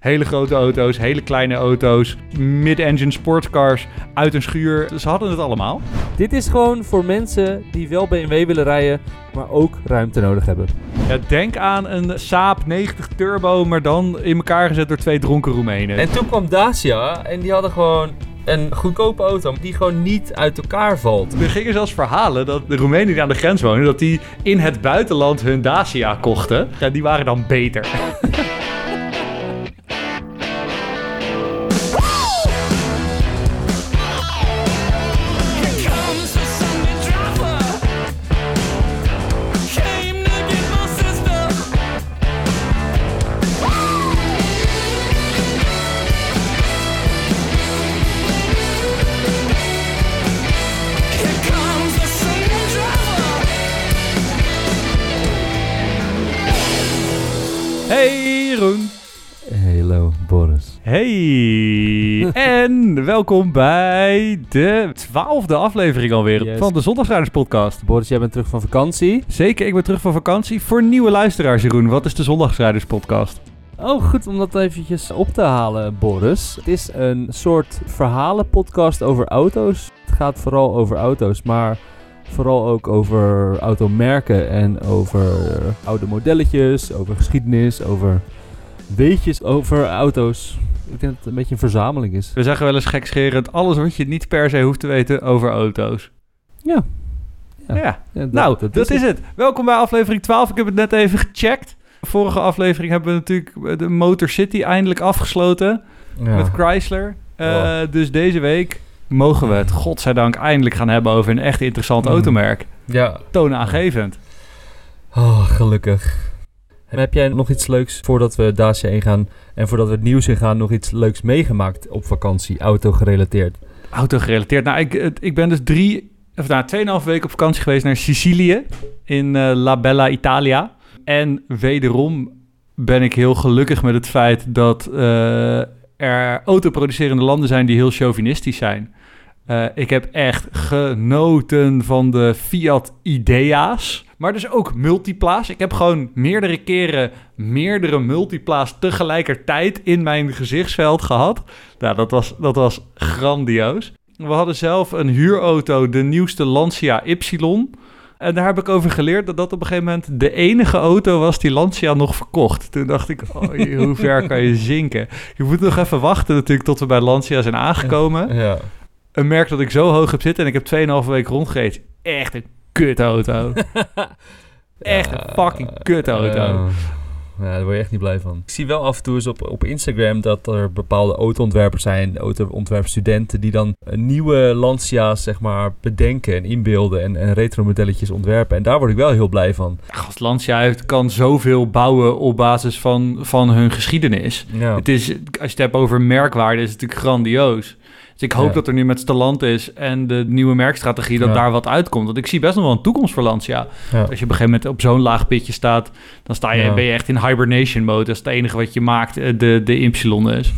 Hele grote auto's, hele kleine auto's, mid-engine sportcars, uit een schuur. Ze hadden het allemaal. Dit is gewoon voor mensen die wel BMW willen rijden, maar ook ruimte nodig hebben. Ja, denk aan een Saab 90 Turbo, maar dan in elkaar gezet door 2 dronken Roemenen. En toen kwam Dacia en die hadden gewoon een goedkope auto die gewoon niet uit elkaar valt. Er gingen zelfs verhalen dat de Roemenen die aan de grens wonen, dat die in het buitenland hun Dacia kochten. Ja, die waren dan beter. Hey Jeroen. Hallo Boris. Hey. En welkom bij de 12e aflevering alweer van de Zondagsrijders podcast. Boris, jij bent terug van vakantie. Zeker, ik ben terug van vakantie. Voor nieuwe luisteraars, Jeroen, wat is de Zondagsrijders podcast? Oh, goed om dat eventjes op te halen, Boris. Het is een soort verhalenpodcast over auto's. Het gaat vooral over auto's, maar vooral ook over automerken en over oude modelletjes, over geschiedenis, over weetjes over auto's. Ik denk dat het een beetje een verzameling is. We zeggen wel eens gekscherend, alles wat je niet per se hoeft te weten over auto's. Ja. Dat is het. Welkom bij aflevering 12. Ik heb het net even gecheckt. Vorige aflevering hebben we natuurlijk de Motor City eindelijk afgesloten met Chrysler. Dus deze week mogen we het, godzijdank, eindelijk gaan hebben over een echt interessant automerk. Ja. Toonaangevend. Oh, gelukkig. En heb jij nog iets leuks voordat we Dacia ingaan en voordat we het nieuws ingaan, nog iets leuks meegemaakt op vakantie, auto-gerelateerd? Auto-gerelateerd? Nou, ik ben dus 2,5 weken op vakantie geweest naar Sicilië in La Bella Italia. En wederom ben ik heel gelukkig met het feit dat er autoproducerende landen zijn die heel chauvinistisch zijn. Ik heb echt genoten van de Fiat Idea's, maar dus ook multipla's. Ik heb gewoon meerdere keren meerdere multipla's tegelijkertijd in mijn gezichtsveld gehad. Nou, dat was grandioos. We hadden zelf een huurauto, de nieuwste Lancia Y. En daar heb ik over geleerd dat op een gegeven moment de enige auto was die Lancia nog verkocht. Toen dacht ik, hoe ver kan je zinken? Je moet nog even wachten natuurlijk tot we bij Lancia zijn aangekomen. Ja. Een merk dat ik zo hoog heb zitten en ik heb 2,5 weken rondgereden. Echt een kutauto. Echt een fucking kutauto. Ja, daar word je echt niet blij van. Ik zie wel af en toe eens op Instagram dat er bepaalde autoontwerpers zijn, autoontwerpstudenten, die dan nieuwe Lancia's zeg maar bedenken en inbeelden en retro modelletjes ontwerpen. En daar word ik wel heel blij van. Gast, Lancia kan zoveel bouwen op basis van hun geschiedenis. Ja. Het is, als je het hebt over merkwaarde, is het natuurlijk grandioos. Dus ik hoop dat er nu met Stellantis en de nieuwe merkstrategie dat daar wat uitkomt. Want ik zie best nog wel een toekomst voor Lancia. Ja. Als je op een gegeven moment op zo'n laag pitje staat, dan ben je echt in hibernation mode. Dat is het enige wat je maakt, de Y is.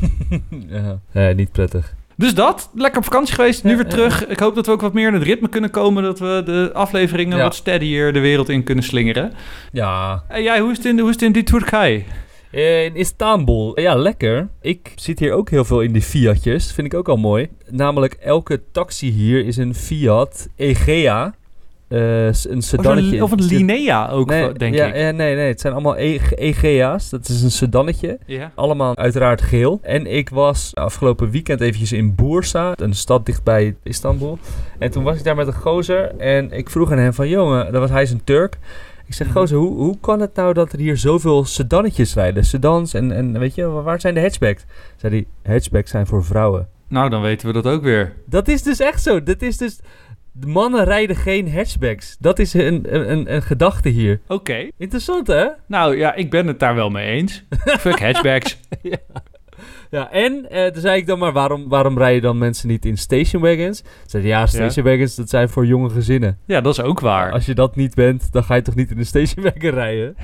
Niet prettig. Dus dat, lekker op vakantie geweest, nu weer terug. Ik hoop dat we ook wat meer in het ritme kunnen komen, dat we de afleveringen wat steadier de wereld in kunnen slingeren. Ja. En jij, hoe is het in die Turkije? In Istanbul. Ja, lekker. Ik zit hier ook heel veel in die Fiatjes. Vind ik ook al mooi. Namelijk, elke taxi hier is een Fiat Egea. Een sedannetje. Of een Linea ook, denk ik. Nee. Het zijn allemaal Egea's. Dat is een sedannetje. Ja. Allemaal uiteraard geel. En ik was afgelopen weekend eventjes in Bursa, een stad dichtbij Istanbul. En toen was ik daar met een gozer. En ik vroeg aan hem van, jongen, hij is een Turk. Ik zeg, gozer, hoe kan het nou dat er hier zoveel sedannetjes rijden? Sedans en weet je, waar zijn de hatchbacks? Zei hij, hatchbacks zijn voor vrouwen. Nou, dan weten we dat ook weer. Dat is dus echt zo. Dat is dus, de mannen rijden geen hatchbacks. Dat is een gedachte hier. Oké. Interessant, hè? Nou ja, ik ben het daar wel mee eens. Fuck hatchbacks. Ja, en toen zei ik dan maar, waarom rijden dan mensen niet in stationwagons? Zeiden ja, stationwagons, dat zijn voor jonge gezinnen. Ja, dat is ook waar. Als je dat niet bent, dan ga je toch niet in een stationwagon rijden?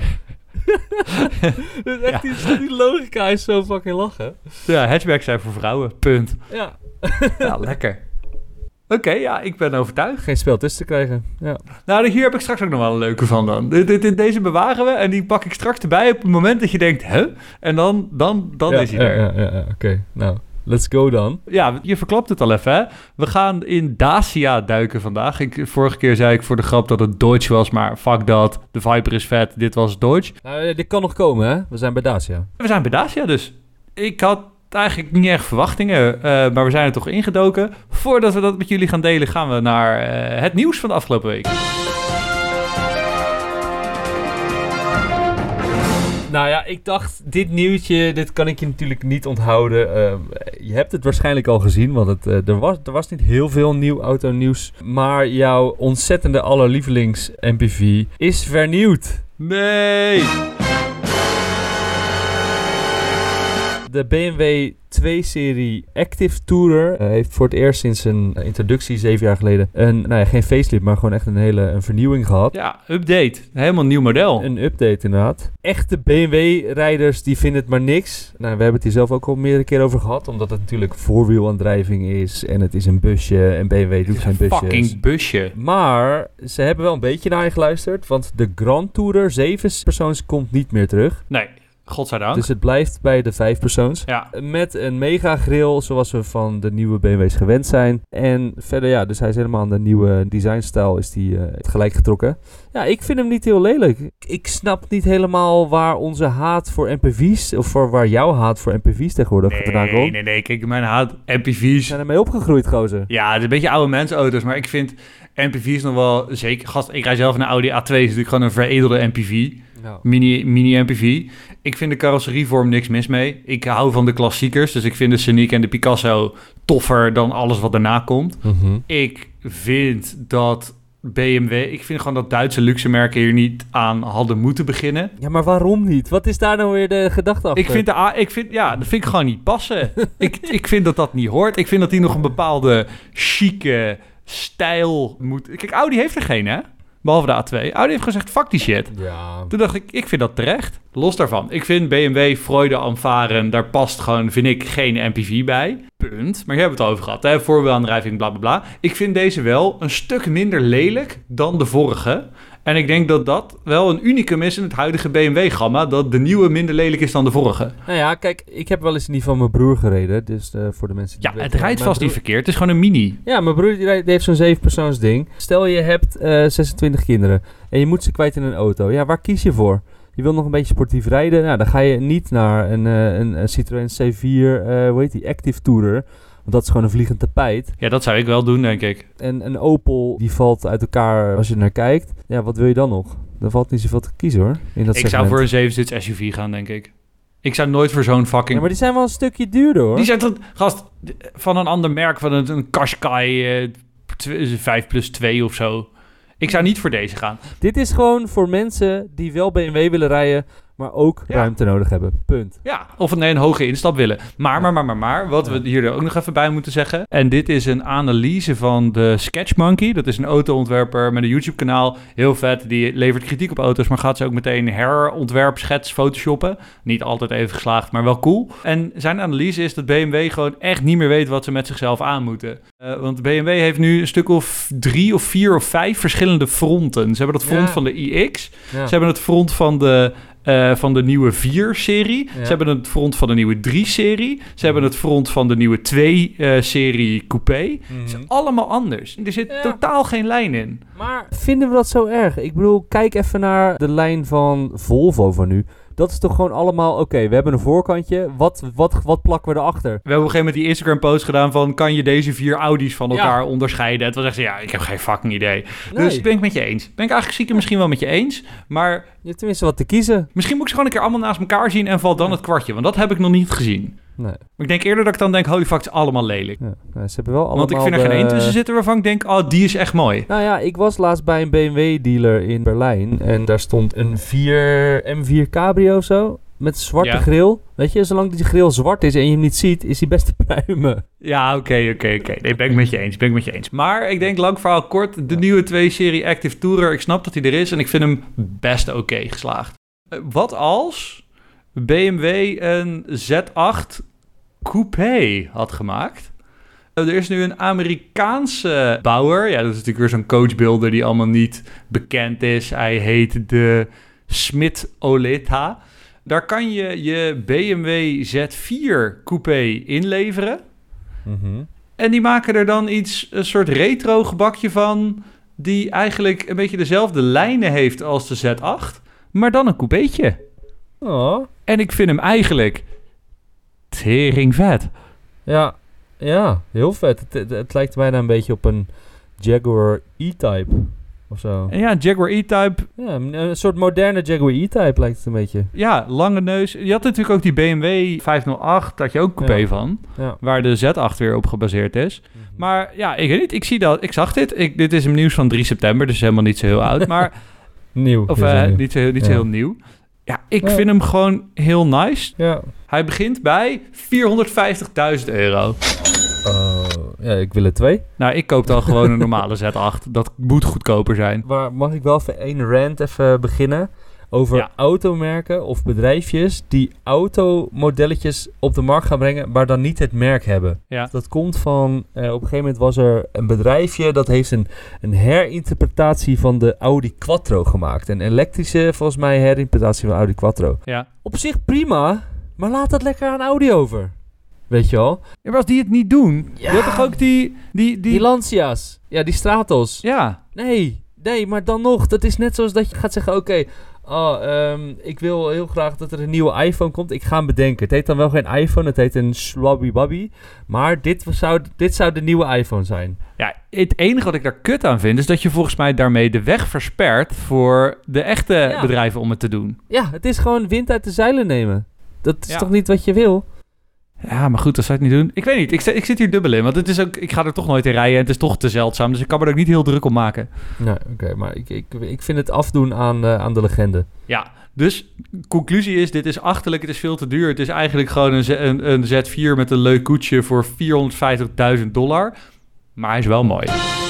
Dus echt die logica is zo fucking lachen. Ja, hatchbacks zijn voor vrouwen, punt. Ja. Ja, lekker. Oké, ik ben overtuigd. Geen spel tussen te krijgen. Ja. Nou, hier heb ik straks ook nog wel een leuke van dan. Deze bewaren we en die pak ik straks erbij op het moment dat je denkt, hè? En dan is hij er. Ja, oké. Nou, let's go dan. Ja, je verklapt het al even, hè? We gaan in Dacia duiken vandaag. Vorige keer zei ik voor de grap dat het Dodge was, maar fuck dat. De Viper is vet, dit was Dodge. Nou, dit kan nog komen, hè? We zijn bij Dacia. We zijn bij Dacia dus. Ik had eigenlijk niet echt verwachtingen, maar we zijn er toch ingedoken. Voordat we dat met jullie gaan delen, gaan we naar het nieuws van de afgelopen week. Nou ja, ik dacht, dit kan ik je natuurlijk niet onthouden. Je hebt het waarschijnlijk al gezien, want er was niet heel veel nieuw autonieuws. Maar jouw ontzettende allerlievelings MPV is vernieuwd. Nee! De BMW 2-serie Active Tourer heeft voor het eerst sinds een introductie 7 jaar geleden geen facelift, maar gewoon echt een vernieuwing gehad. Ja, update. Helemaal nieuw model. Een update inderdaad. Echte BMW-rijders die vinden het maar niks. Nou, we hebben het hier zelf ook al meerdere keer over gehad, omdat het natuurlijk voorwielaandrijving is en het is een busje en BMW doet geen busjes. Fucking busje. Maar ze hebben wel een beetje naar je geluisterd, want de Grand Tourer 7-persoons komt niet meer terug. Nee. Godzijdank. Dus het blijft bij de 5-persoons. Ja. Met een mega grill, zoals we van de nieuwe BMW's gewend zijn. En verder, dus hij is helemaal aan de nieuwe designstijl is die gelijk getrokken. Ja, ik vind hem niet heel lelijk. Ik snap niet helemaal waar onze haat voor MPV's, of waar jouw haat voor MPV's tegenwoordig vandaan komt. Nee. Kijk, mijn haat MPV's. Zijn ermee opgegroeid, gozer. Ja, het is een beetje oude mensenauto's, maar ik vind MPV's nog wel zeker. Gast, ik rijd zelf een Audi A2, is natuurlijk gewoon een veredelde MPV. Ja. Mini MPV. Ik vind de carrosserievorm niks mis mee. Ik hou van de klassiekers, dus ik vind de Scenic en de Picasso toffer dan alles wat daarna komt. Mm-hmm. Ik vind dat BMW, ik vind gewoon dat Duitse luxe merken hier niet aan hadden moeten beginnen. Ja, maar waarom niet? Wat is daar nou weer de gedachte achter? Dat vind ik gewoon niet passen. ik vind dat niet hoort. Ik vind dat die nog een bepaalde chique stijl moet. Kijk, Audi heeft er geen, hè? Behalve de A2. Audi heeft gezegd, fuck die shit. Ja. Toen dacht ik vind dat terecht. Los daarvan. Ik vind BMW Freude am Varen, daar past gewoon, vind ik, geen MPV bij. Punt. Maar hier hebben we het over gehad, hè. Voorwielaandrijving, bla bla bla. Ik vind deze wel een stuk minder lelijk dan de vorige. En ik denk dat dat wel een unicum is in het huidige BMW-gamma, dat de nieuwe minder lelijk is dan de vorige. Nou ja, kijk, ik heb wel eens in die van mijn broer gereden, dus voor de mensen die ja, het rijdt vast niet verkeerd, het is gewoon een mini. Ja, mijn broer die heeft zo'n 7-persoons ding. Stel je hebt 26 kinderen en je moet ze kwijt in een auto. Ja, waar kies je voor? Je wil nog een beetje sportief rijden, nou, dan ga je niet naar een Citroën C4, Active Tourer. Want dat is gewoon een vliegend tapijt. Ja, dat zou ik wel doen, denk ik. En een Opel, die valt uit elkaar als je er naar kijkt. Ja, wat wil je dan nog? Er valt niet zoveel te kiezen, hoor. Ik zou voor een 7-zits SUV gaan, denk ik. Ik zou nooit voor zo'n fucking... Ja, maar die zijn wel een stukje duurder, hoor. Die zijn toch, gast, van een ander merk, van een Qashqai 5+2 of zo. Ik zou niet voor deze gaan. Dit is gewoon voor mensen die wel BMW willen rijden, maar ook ruimte nodig hebben. Punt. Ja, of een hoge instap willen. Maar, wat we hier ook nog even bij moeten zeggen. En dit is een analyse van de Sketchmonkey. Dat is een autoontwerper met een YouTube-kanaal. Heel vet. Die levert kritiek op auto's, maar gaat ze ook meteen herontwerp, schets, photoshoppen. Niet altijd even geslaagd, maar wel cool. En zijn analyse is dat BMW gewoon echt niet meer weet wat ze met zichzelf aan moeten. Want BMW heeft nu een stuk of 3 of 4 of 5 verschillende fronten. Ze hebben dat front van de iX. Ja. Ze hebben het front van de nieuwe 4-serie. Ja. Ze hebben het front van de nieuwe 3-serie. Ze hebben het front van de nieuwe 2-serie coupé. Het is allemaal anders. Er zit totaal geen lijn in. Maar vinden we dat zo erg? Ik bedoel, kijk even naar de lijn van Volvo van nu. Dat is toch gewoon allemaal, oké, we hebben een voorkantje. Wat plakken we erachter? We hebben op een gegeven moment die Instagram-post gedaan van... kan je deze 4 Audi's van elkaar onderscheiden? Het was echt zo, ik heb geen fucking idee. Nee. Dus ben ik met je eens. Ben ik eigenlijk stiekem misschien wel met je eens, maar... Je hebt tenminste wat te kiezen. Misschien moet ik ze gewoon een keer allemaal naast elkaar zien en valt dan het kwartje. Want dat heb ik nog niet gezien. Nee. Maar ik denk eerder dat ik dan denk, holy fuck, het is allemaal lelijk. Ja, ze hebben wel allemaal. Want ik vind er geen één tussen zitten waarvan ik denk, die is echt mooi. Nou ja, ik was laatst bij een BMW-dealer in Berlijn. En daar stond een M4 Cabrio of zo. Met zwarte grill. Weet je, zolang die grill zwart is en je hem niet ziet, is hij best te pruimen. Ja, oké. Nee, ben ik met je eens. Maar ik denk, lang verhaal kort, de nieuwe 2-serie Active Tourer. Ik snap dat hij er is en ik vind hem best oké geslaagd. Wat als BMW een Z8 coupé had gemaakt Er is nu een Amerikaanse bouwer. Ja, dat is natuurlijk weer zo'n coachbuilder die allemaal niet bekend is. Hij heet de Smith Oleta. Daar kan je BMW Z4 coupé inleveren. Mhm. En die maken er dan een soort retro gebakje van, die eigenlijk een beetje dezelfde lijnen heeft als de Z8, maar dan een coupeetje. Oh. En ik vind hem eigenlijk tering vet. Ja, heel vet. Het lijkt bijna een beetje op een Jaguar E-Type of zo. En ja, Jaguar E-Type. Ja, een soort moderne Jaguar E-Type lijkt het een beetje. Ja, lange neus. Je had natuurlijk ook die BMW 508, daar had je ook coupé van, waar de Z8 weer op gebaseerd is. Mm-hmm. Maar ja, ik weet niet, ik zag dit. Dit is een nieuws van 3 september, dus helemaal niet zo heel oud, maar... Nieuw. Of niet zo heel nieuw. Ja, ik vind hem gewoon heel nice. Ja. Hij begint bij €450.000. Oh, ja, ik wil er 2. Nou, ik koop dan gewoon een normale Z8. Dat moet goedkoper zijn. Maar mag ik wel even één rant even beginnen? Over automerken of bedrijfjes die automodelletjes op de markt gaan brengen, maar dan niet het merk hebben. Ja. Dat komt van, op een gegeven moment was er een bedrijfje dat heeft een herinterpretatie van de Audi Quattro gemaakt. Een elektrische, volgens mij, herinterpretatie van Audi Quattro. Ja. Op zich prima, maar laat dat lekker aan Audi over. Weet je wel? Ja, maar als die het niet doen, je had toch ook die Lancia's. Ja, die Stratos. Ja. Nee, maar dan nog. Dat is net zoals dat je gaat zeggen, oké, ik wil heel graag dat er een nieuwe iPhone komt. Ik ga hem bedenken. Het heet dan wel geen iPhone, het heet een Swabby. Maar dit zou de nieuwe iPhone zijn. Ja, het enige wat ik daar kut aan vind, is dat je volgens mij daarmee de weg verspert voor de echte bedrijven om het te doen. Ja, het is gewoon wind uit de zeilen nemen. Dat is toch niet wat je wil? Ja, maar goed, dat zou ik niet doen. Ik weet niet, ik zit hier dubbel in. Want het is ook, ik ga er toch nooit in rijden en het is toch te zeldzaam. Dus ik kan me er ook niet heel druk om maken. Nee, oké, maar ik vind het afdoen aan de legende. Ja, dus conclusie is, dit is achterlijk, het is veel te duur. Het is eigenlijk gewoon een Z4 met een leuk koetsje voor $450.000. Maar hij is wel mooi.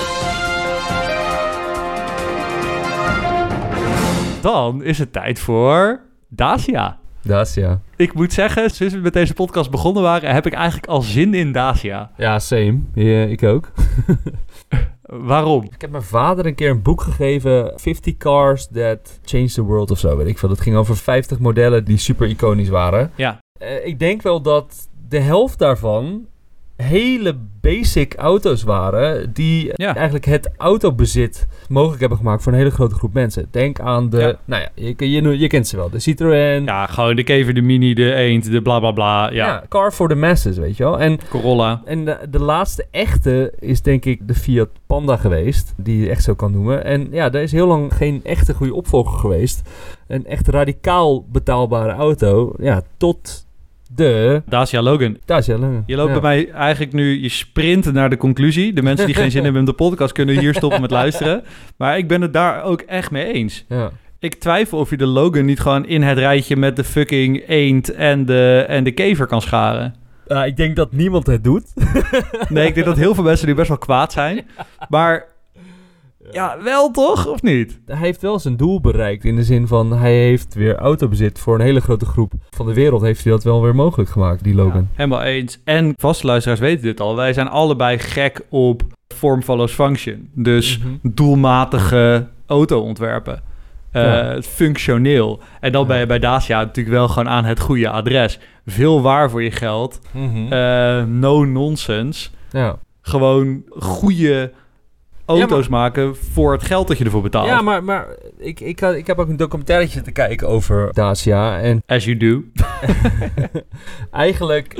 Dan is het tijd voor Dacia. Dacia. Ik moet zeggen, sinds we met deze podcast begonnen waren, heb ik eigenlijk al zin in Dacia. Ja, same. Ik ook. Waarom? Ik heb mijn vader een keer een boek gegeven, 50 Cars That Changed the World of zo, weet ik veel. Dat ging over 50 modellen die super iconisch waren. Ja. Ik denk wel dat de helft daarvan hele basic auto's waren die eigenlijk het autobezit mogelijk hebben gemaakt voor een hele grote groep mensen. Denk aan de, je kent ze wel, de Citroën. Ja, gewoon de Kever, de Mini, de Eend, de bla bla bla. Ja, car for the masses, weet je wel. En Corolla. En de laatste echte is denk ik de Fiat Panda geweest, die je echt zo kan noemen. En ja, daar is heel lang geen echte goede opvolger geweest. Een echt radicaal betaalbare auto, tot de Dacia Logan. Je loopt bij mij eigenlijk nu, je sprint naar de conclusie. De mensen die geen zin hebben in de podcast kunnen hier stoppen met luisteren. Maar ik ben het daar ook echt mee eens. Ja. Ik twijfel of je de Logan niet gewoon in het rijtje met de fucking Eend en de Kever kan scharen. Ik denk dat niemand het doet. Nee, ik denk dat heel veel mensen nu best wel kwaad zijn. Maar ja, wel toch? Of niet? Hij heeft wel zijn doel bereikt. In de zin van, hij heeft weer autobezit voor een hele grote groep van de wereld. Heeft hij dat wel weer mogelijk gemaakt, die Logan. Ja, helemaal eens. En vaste luisteraars weten dit al. Wij zijn allebei gek op form follows function. Dus doelmatige auto-ontwerpen. Functioneel. En dan ben je bij Dacia natuurlijk wel gewoon aan het goede adres. Veel waar voor je geld. No nonsense. Ja. Gewoon goede auto's maken voor het geld dat je ervoor betaalt. Ja, maar ik heb ook een documentairetje te kijken over Dacia. En as you do. Eigenlijk,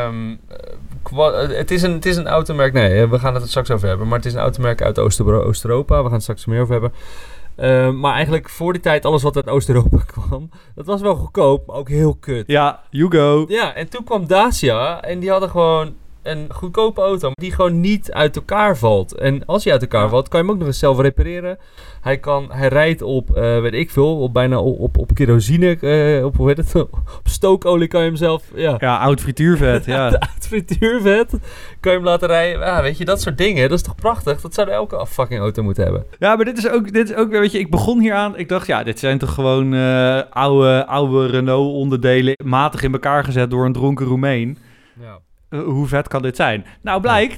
het is een automerk. Nee, we gaan het er straks over hebben. Maar het is een automerk uit Oost-Europa. We gaan het straks meer over hebben. Maar eigenlijk voor die tijd, alles wat uit Oost-Europa kwam, dat was wel goedkoop, maar ook heel kut. Ja, you go. Ja, en toen kwam Dacia en die hadden gewoon een goedkope auto die gewoon niet uit elkaar valt. En als hij uit elkaar valt, kan je hem ook nog eens zelf repareren. Hij rijdt op, weet ik veel, bijna op kerosine, hoe heet het? Op stookolie kan je hem zelf, Ja, oud frituurvet, ja. Oud frituurvet kan je hem laten rijden. Ja, weet je, dat soort dingen, dat is toch prachtig? Dat zou elke fucking auto moeten hebben. Ja, maar dit is ook, weet je, ik begon hier aan, ik dacht, dit zijn toch gewoon oude Renault onderdelen, matig in elkaar gezet door een dronken Roemeen. Ja. Hoe vet kan dit zijn? Nou, blijkt,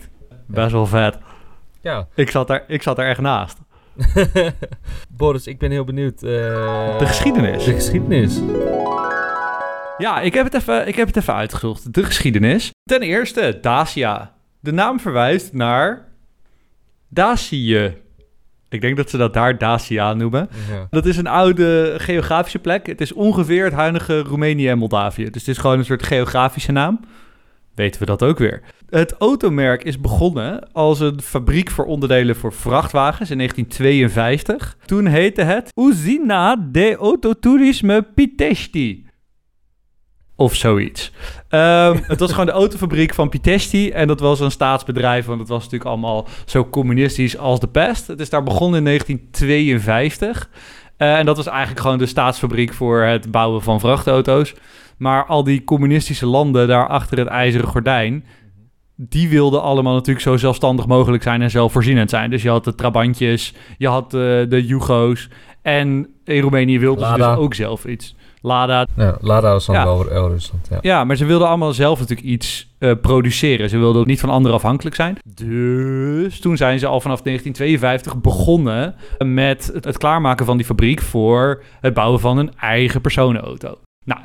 Best wel vet. Ja. Ik zat er echt naast. Boris, ik ben heel benieuwd. De geschiedenis. De geschiedenis. Ja, ik heb het even uitgezocht. De geschiedenis. Ten eerste, Dacia. De naam verwijst naar Dacië. Ik denk dat ze dat daar Dacia noemen. Ja. Dat is een oude geografische plek. Het is ongeveer het huidige Roemenië en Moldavië. Dus het is gewoon een soort geografische naam. Weten we dat ook weer. Het automerk is begonnen als een fabriek voor onderdelen voor vrachtwagens in 1952. Toen heette het Uzina de Autoturisme Pitești. Of zoiets. Het was gewoon de autofabriek van Pitești. En dat was een staatsbedrijf, want het was natuurlijk allemaal zo communistisch als de pest. Het is daar begonnen in 1952. En dat was eigenlijk gewoon de staatsfabriek voor het bouwen van vrachtauto's. Maar al die communistische landen daar achter het ijzeren gordijn, die wilden allemaal natuurlijk zo zelfstandig mogelijk zijn en zelfvoorzienend zijn. Dus je had de Trabantjes, je had de Jugo's. En in Roemenië wilden ze dus ook zelf iets. Lada. Ja, Lada was dan wel Rusland. Ja, maar ze wilden allemaal zelf natuurlijk iets produceren. Ze wilden ook niet van anderen afhankelijk zijn. Dus toen zijn ze al vanaf 1952 begonnen met het klaarmaken van die fabriek voor het bouwen van een eigen personenauto. Nou,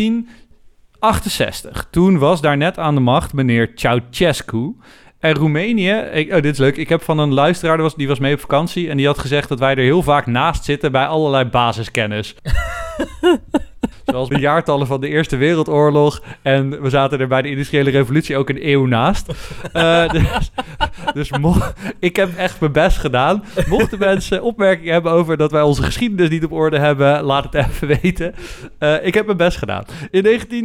1968. Toen was daar net aan de macht meneer Ceausescu. En Roemenië, dit is leuk, ik heb van een luisteraar, die was mee op vakantie, en die had gezegd dat wij er heel vaak naast zitten bij allerlei basiskennis. Zoals de jaartallen van de Eerste Wereldoorlog. En we zaten er bij de Industriële Revolutie ook een eeuw naast. Dus ik heb echt mijn best gedaan. Mochten mensen opmerkingen hebben over dat wij onze geschiedenis niet op orde hebben, laat het even weten. Ik heb mijn best gedaan. In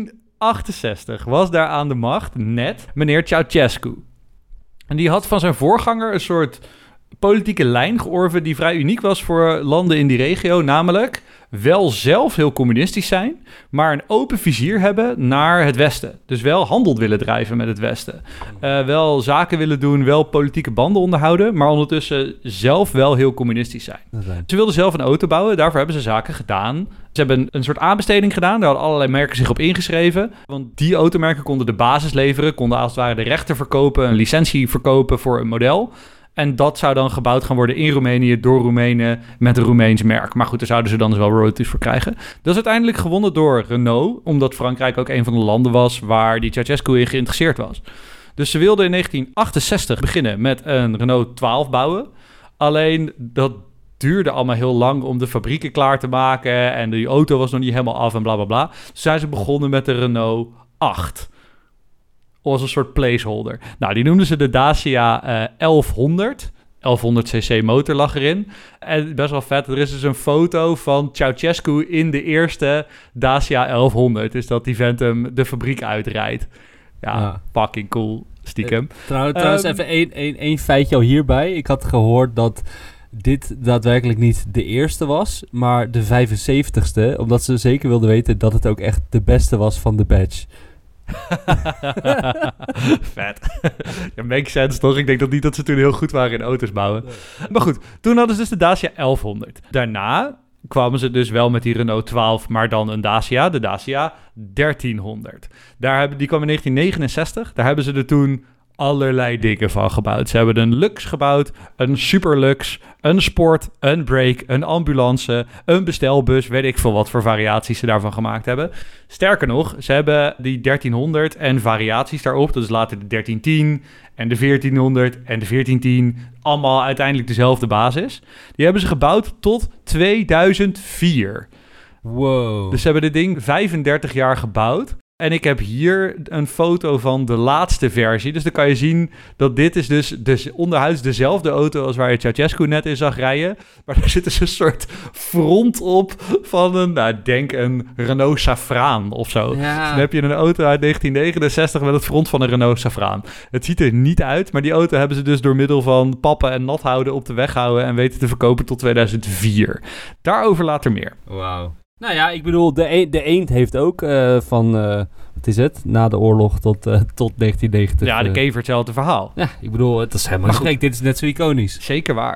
1968 was daar aan de macht net meneer Ceausescu. En die had van zijn voorganger een soort politieke lijn georven die vrij uniek was voor landen in die regio. Namelijk wel zelf heel communistisch zijn, maar een open vizier hebben naar het Westen. Dus wel handel willen drijven met het Westen. Wel zaken willen doen, wel politieke banden onderhouden, maar ondertussen zelf wel heel communistisch zijn. Ze wilden zelf een auto bouwen, daarvoor hebben ze zaken gedaan. Ze hebben een soort aanbesteding gedaan, daar hadden allerlei merken zich op ingeschreven. Want die automerken konden de basis leveren, konden als het ware de rechten verkopen, een licentie verkopen voor een model. En dat zou dan gebouwd gaan worden in Roemenië door Roemenen met een Roemeens merk. Maar goed, daar zouden ze dan dus wel royalties voor krijgen. Dat is uiteindelijk gewonnen door Renault, omdat Frankrijk ook een van de landen was waar die Ceausescu in geïnteresseerd was. Dus ze wilden in 1968 beginnen met een Renault 12 bouwen. Alleen dat duurde allemaal heel lang om de fabrieken klaar te maken en die auto was nog niet helemaal af en bla bla bla. Dus zijn ze begonnen met de Renault 8. Als een soort placeholder. Nou, die noemden ze de Dacia 1100. 1100cc motor lag erin. En best wel vet, er is dus een foto van Ceausescu in de eerste Dacia 1100. Dus dat die vent hem de fabriek uitrijdt. Ja, fucking cool, stiekem. Trouwens even één feitje al hierbij. Ik had gehoord dat dit daadwerkelijk niet de eerste was, maar de 75ste. Omdat ze zeker wilden weten dat het ook echt de beste was van de batch. Vet. Ja, makes sense toch? Ik denk dat niet dat ze toen heel goed waren in auto's bouwen. Nee. Maar goed, toen hadden ze dus de Dacia 1100. Daarna kwamen ze dus wel met die Renault 12, maar dan een Dacia, de Dacia 1300. Die kwam in 1969. Daar hebben ze er toen allerlei dingen van gebouwd. Ze hebben een Lux gebouwd, een Superlux, een Sport, een Break, een ambulance, een bestelbus, weet ik veel wat voor variaties ze daarvan gemaakt hebben. Sterker nog, ze hebben die 1300 en variaties daarop, dat is later de 1310 en de 1400 en de 1410, allemaal uiteindelijk dezelfde basis. Die hebben ze gebouwd tot 2004. Wow. Dus ze hebben dit ding 35 jaar gebouwd. En ik heb hier een foto van de laatste versie. Dus dan kan je zien dat dit is dus onderhuids dezelfde auto als waar je Ceausescu net in zag rijden. Maar daar zit dus een soort front op van een Renault Safraan of zo. Ja. Dus dan heb je een auto uit 1969 met het front van een Renault Safraan. Het ziet er niet uit, maar die auto hebben ze dus door middel van pappen en nat houden op de weg houden en weten te verkopen tot 2004. Daarover later meer. Wauw. Nou ja, ik bedoel, de eend heeft ook wat is het? Na de oorlog tot 1990. Ja, de kever hetzelfde verhaal. Ja, ik bedoel, het is helemaal gek. Dit is net zo iconisch. Zeker waar.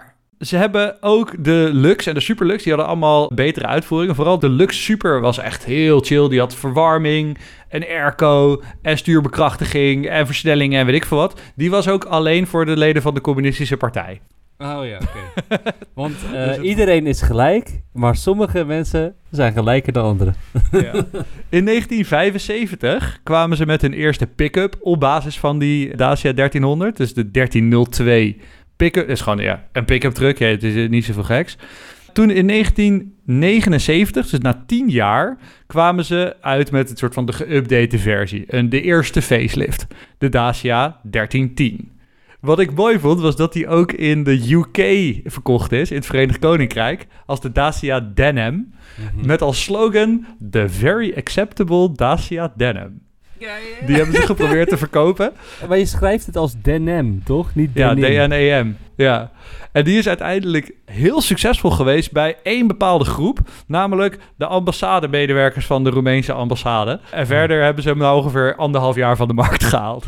Ze hebben ook de Lux en de Super Lux, die hadden allemaal betere uitvoeringen. Vooral de Lux Super was echt heel chill. Die had verwarming en airco en stuurbekrachtiging en versnellingen en weet ik veel wat. Die was ook alleen voor de leden van de Communistische Partij. Oh ja, oké. Want iedereen is gelijk, maar sommige mensen zijn gelijker dan anderen. Ja. In 1975 kwamen ze met hun eerste pick-up op basis van die Dacia 1300. Dus de 1302 pick-up. Dat is gewoon een pick-up truck. Ja, het is niet zoveel geks. Toen in 1979, dus na 10 jaar, kwamen ze uit met een soort van de geüpdate versie. De eerste facelift. De Dacia 1310. Wat ik mooi vond, was dat die ook in de UK verkocht is, in het Verenigd Koninkrijk, als de Dacia Denim. Mm-hmm. Met als slogan, The Very Acceptable Dacia Denim. Ja. Die hebben ze geprobeerd te verkopen. Maar je schrijft het als Denim, toch? Niet Denim. Ja, D-N-E-M. Ja. En die is uiteindelijk heel succesvol geweest bij één bepaalde groep. Namelijk de ambassademedewerkers van de Roemeense ambassade. En verder hebben ze hem nou ongeveer 1,5 jaar van de markt gehaald.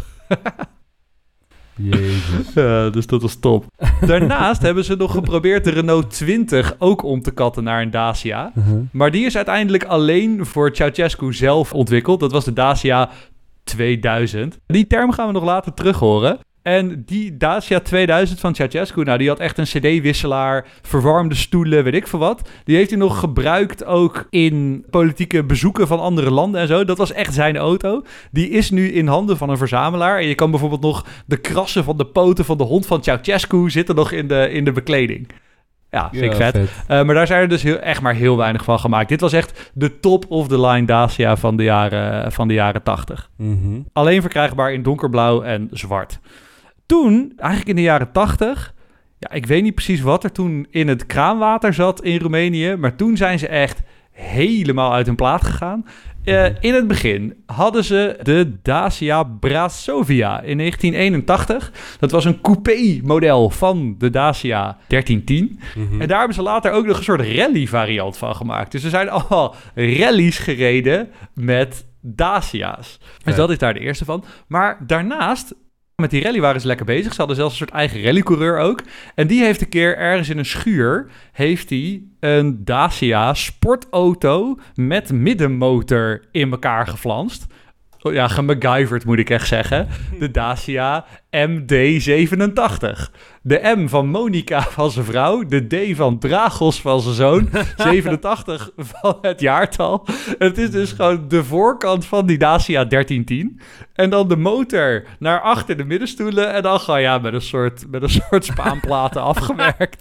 Jezus. Ja, dus dat was top. Daarnaast hebben ze nog geprobeerd de Renault 20 ook om te katten naar een Dacia. Uh-huh. Maar die is uiteindelijk alleen voor Ceausescu zelf ontwikkeld. Dat was de Dacia 2000. Die term gaan we nog later terug horen. En die Dacia 2000 van Ceausescu, nou, die had echt een cd-wisselaar, verwarmde stoelen, weet ik veel wat. Die heeft hij nog gebruikt ook in politieke bezoeken van andere landen en zo. Dat was echt zijn auto. Die is nu in handen van een verzamelaar. En je kan bijvoorbeeld nog de krassen van de poten van de hond van Ceausescu zitten nog in de bekleding. Ja, vind ik vet. Maar daar zijn er dus echt maar heel weinig van gemaakt. Dit was echt de top-of-the-line Dacia van de jaren 80. Mm-hmm. Alleen verkrijgbaar in donkerblauw en zwart. Toen, eigenlijk in de jaren 80... Ja, ik weet niet precies wat er toen in het kraanwater zat in Roemenië... maar toen zijn ze echt helemaal uit hun plaat gegaan. In het begin hadden ze de Dacia Brasovia in 1981. Dat was een coupé-model van de Dacia 1310. Mm-hmm. En daar hebben ze later ook nog een soort rally-variant van gemaakt. Dus er zijn allemaal rallies gereden met Dacia's. Dus dat is daar de eerste van. Maar daarnaast... Met die rally waren ze lekker bezig. Ze hadden zelfs een soort eigen rallycoureur ook. En die heeft een keer ergens in een schuur... heeft hij een Dacia sportauto met middenmotor in elkaar geflanst. Ja, gemacgyverd moet ik echt zeggen. De Dacia MD87. De M van Monica van zijn vrouw. De D van Dragos van zijn zoon. 87 van het jaartal. En het is dus gewoon de voorkant van die Dacia 1310. En dan de motor naar achter de middenstoelen. En dan gewoon met een soort spaanplaten afgewerkt.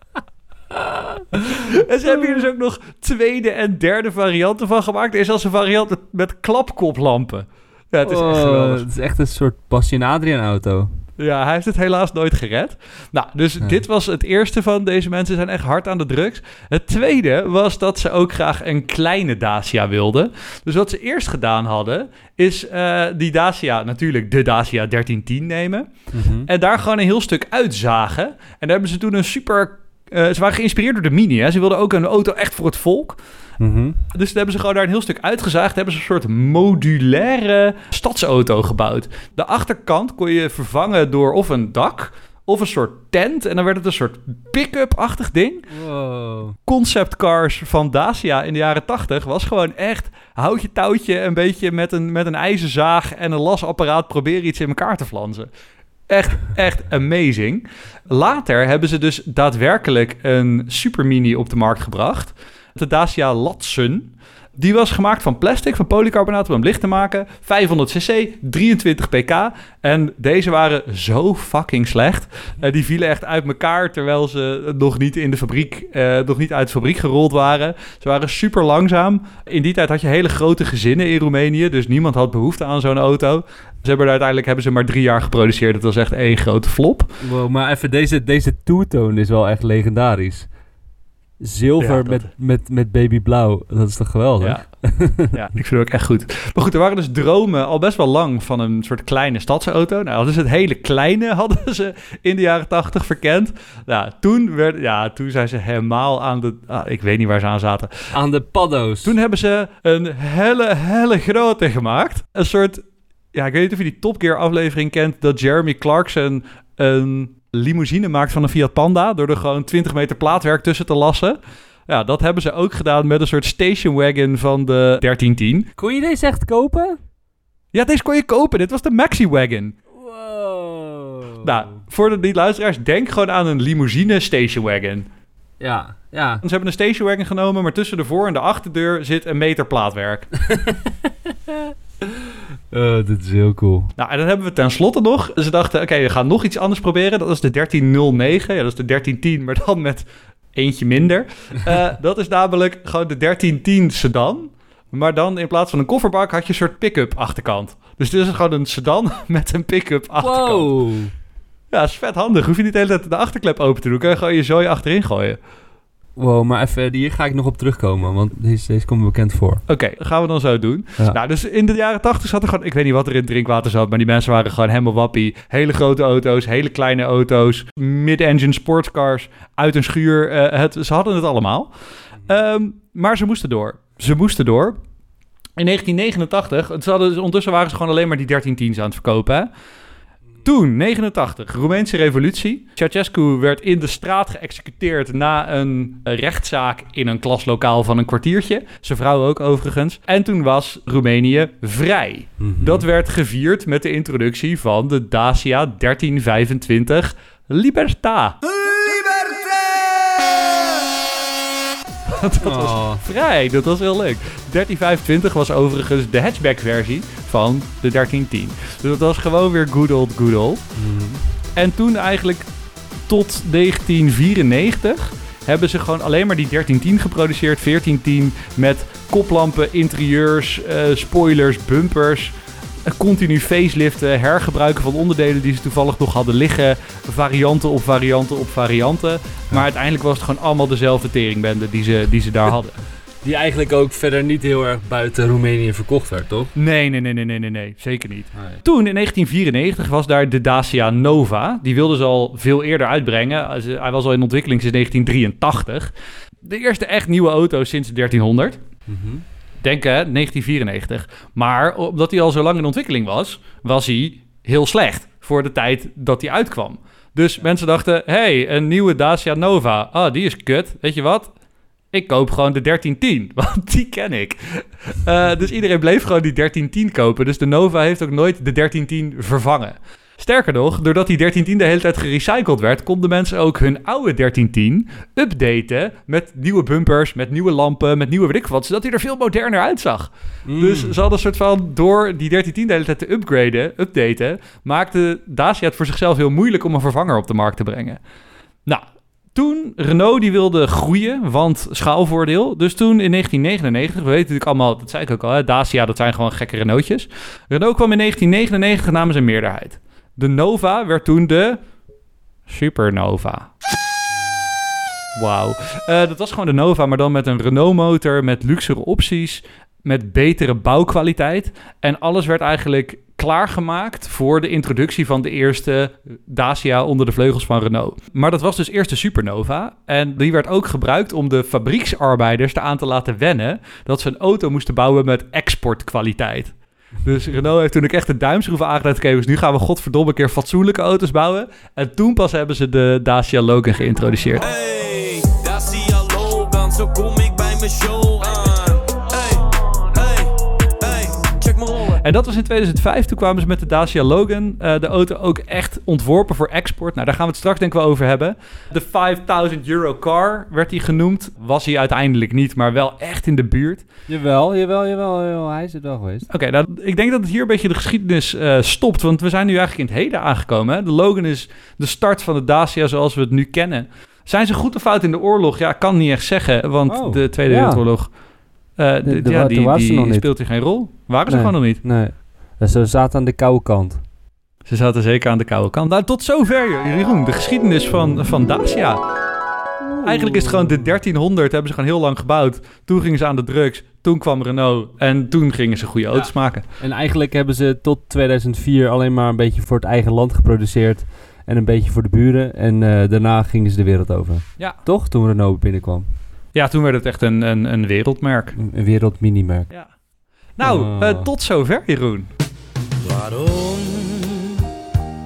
En ze hebben hier dus ook nog tweede en derde varianten van gemaakt. Er is zelfs een variant met klapkoplampen. Ja, het is echt geweldig. Het is echt een soort Bastian Adriaan auto. Ja, hij heeft het helaas nooit gered. Nou, dus dit was het eerste van deze mensen zijn echt hard aan de drugs. Het tweede was dat ze ook graag een kleine Dacia wilden. Dus wat ze eerst gedaan hadden, is die Dacia, natuurlijk de Dacia 1310 nemen. Mm-hmm. En daar gewoon een heel stuk uitzagen. En daar hebben ze toen een super... ze waren geïnspireerd door de Mini. Hè? Ze wilden ook een auto echt voor het volk. Mm-hmm. Dus dan hebben ze gewoon daar een heel stuk uitgezaagd. Hebben ze een soort modulaire stadsauto gebouwd. De achterkant kon je vervangen door of een dak... of een soort tent. En dan werd het een soort pick-up-achtig ding. Wow. Conceptcars van Dacia in de jaren 80 was gewoon echt... houtje touwtje, een beetje met een ijzerzaag en een lasapparaat... proberen iets in elkaar te flansen. Echt amazing. Later hebben ze dus daadwerkelijk een supermini op de markt gebracht. De Dacia Latsun. Die was gemaakt van plastic, van polycarbonaat om hem licht te maken. 500 cc, 23 pk. En deze waren zo fucking slecht. Die vielen echt uit elkaar terwijl ze nog niet in de fabriek, nog niet uit de fabriek gerold waren. Ze waren super langzaam. In die tijd had je hele grote gezinnen in Roemenië, dus niemand had behoefte aan zo'n auto. Uiteindelijk hebben ze maar 3 jaar geproduceerd. Dat was echt één grote flop. Wow, maar even, deze two-tone is wel echt legendarisch. Zilver met babyblauw. Dat is toch geweldig? Ja, ik vind het ook echt goed. Maar goed, er waren dus dromen al best wel lang van een soort kleine stadsauto. Nou, dus het hele kleine hadden ze in de jaren 80 verkend. Nou, toen zijn ze helemaal aan de... ik weet niet waar ze aan zaten. Aan de paddo's. Toen hebben ze een hele grote gemaakt. Een soort... Ja, ik weet niet of je die Top Gear aflevering kent... dat Jeremy Clarkson een limousine maakt van een Fiat Panda... door er gewoon 20 meter plaatwerk tussen te lassen. Ja, dat hebben ze ook gedaan met een soort station wagon van de 1310. Kon je deze echt kopen? Ja, deze kon je kopen. Dit was de Maxi Wagon. Wow. Nou, voor die luisteraars, denk gewoon aan een limousine station wagon. Ja. Ze hebben een station wagon genomen, maar tussen de voor- en de achterdeur zit een meter plaatwerk. Dit is heel cool. Nou, en dan hebben we tenslotte nog. Ze dachten, oké, we gaan nog iets anders proberen. Dat is de 1309. Ja, dat is de 1310, maar dan met eentje minder. Dat is namelijk gewoon de 1310 sedan. Maar dan in plaats van een kofferbak had je een soort pick-up achterkant. Dus dit is gewoon een sedan met een pick-up achterkant. Wow. Ja, is vet handig. Hoef je niet de hele tijd de achterklep open te doen. Kun je gewoon je zooi achterin gooien. Wow, maar even, hier ga ik nog op terugkomen, want deze komt me bekend voor. Oké, dat gaan we dan zo doen. Ja. Nou, dus in de jaren 80 zat er gewoon... Ik weet niet wat er in het drinkwater zat, maar die mensen waren gewoon helemaal wappie. Hele grote auto's, hele kleine auto's, mid-engine sportscars, uit een schuur. Ze hadden het allemaal. Maar ze moesten door. In 1989, ondertussen waren ze gewoon alleen maar die 1310's aan het verkopen, hè? Toen, 89, Roemeense revolutie. Ceausescu werd in de straat geëxecuteerd na een rechtszaak in een klaslokaal van een kwartiertje. Zijn vrouw ook overigens. En toen was Roemenië vrij. Mm-hmm. Dat werd gevierd met de introductie van de Dacia 1325 Libertà. Dat was vrij, dat was heel leuk. 1325 was overigens de hatchback-versie van de 1310. Dus dat was gewoon weer good old. Mm. En toen eigenlijk tot 1994 hebben ze gewoon alleen maar die 1310 geproduceerd. 1410 met koplampen, interieurs, spoilers, bumpers... Continu faceliften, hergebruiken van onderdelen die ze toevallig nog hadden liggen. Varianten op varianten op varianten. Maar uiteindelijk was het gewoon allemaal dezelfde teringbende die ze daar hadden. Die eigenlijk ook verder niet heel erg buiten Roemenië verkocht werd, toch? Nee, zeker niet. Nee. Toen, in 1994, was daar de Dacia Nova. Die wilden ze al veel eerder uitbrengen. Hij was al in ontwikkeling sinds 1983. De eerste echt nieuwe auto sinds 1300. Mm-hmm. Denken, 1994. Maar omdat hij al zo lang in ontwikkeling was hij heel slecht voor de tijd dat hij uitkwam. Dus mensen dachten, hey, een nieuwe Dacia Nova. Die is kut. Weet je wat? Ik koop gewoon de 1310, want die ken ik. Dus iedereen bleef gewoon die 1310 kopen. Dus de Nova heeft ook nooit de 1310 vervangen. Sterker nog, doordat die 1310 de hele tijd gerecycled werd, konden mensen ook hun oude 1310 updaten met nieuwe bumpers, met nieuwe lampen, met nieuwe weet ik wat, zodat hij er veel moderner uitzag. Dus ze hadden een soort van, door die 1310 de hele tijd te updaten, maakte Dacia het voor zichzelf heel moeilijk om een vervanger op de markt te brengen. Nou, toen Renault die wilde groeien, want schaalvoordeel. Dus toen in 1999, we weten natuurlijk allemaal, dat zei ik ook al, hè, Dacia, dat zijn gewoon gekke Renaultjes. Renault kwam in 1999 namens een meerderheid. De Nova werd toen de Supernova. Wauw. Dat was gewoon de Nova, maar dan met een Renault-motor, met luxere opties, met betere bouwkwaliteit. En alles werd eigenlijk klaargemaakt voor de introductie van de eerste Dacia onder de vleugels van Renault. Maar dat was dus eerst de Supernova. En die werd ook gebruikt om de fabrieksarbeiders eraan te laten wennen dat ze een auto moesten bouwen met exportkwaliteit. Dus Renault heeft toen ook echt de duimschroeven aangedaan. Oké, dus nu gaan we godverdomme een keer fatsoenlijke auto's bouwen. En toen pas hebben ze de Dacia Logan geïntroduceerd. Hey, Dacia Logan, zo kom ik bij mijn show aan. Hey, check me rollen. En dat was in 2005. Toen kwamen ze met de Dacia Logan. De auto ook echt ontworpen voor export. Nou, daar gaan we het straks denk ik wel over hebben. De 5000 euro car werd hij genoemd. Was hij uiteindelijk niet, maar wel echt in de buurt. Jawel. Hij is het wel geweest. Oké, nou, ik denk dat het hier een beetje de geschiedenis stopt. Want we zijn nu eigenlijk in het heden aangekomen. Hè? De Logan is de start van de Dacia zoals we het nu kennen. Zijn ze goed of fout in de oorlog? Ja, ik kan niet echt zeggen. Want de Tweede Wereldoorlog... die speelt hier geen rol. Waren ze gewoon nog niet. Nee, ze zaten aan de koude kant. Ze zaten zeker aan de koude kant. Nou, tot zover, Jeroen. De geschiedenis van Dacia. Eigenlijk is het gewoon de 1300 hebben ze gewoon heel lang gebouwd. Toen gingen ze aan de drugs. Toen kwam Renault. En toen gingen ze goede auto's maken. En eigenlijk hebben ze tot 2004 alleen maar een beetje voor het eigen land geproduceerd. En een beetje voor de buren. En daarna gingen ze de wereld over. Ja. Toch? Toen Renault binnenkwam. Ja, toen werd het echt een wereldmerk. Een wereldminimerk. Ja. Nou, tot zover, Jeroen. Waarom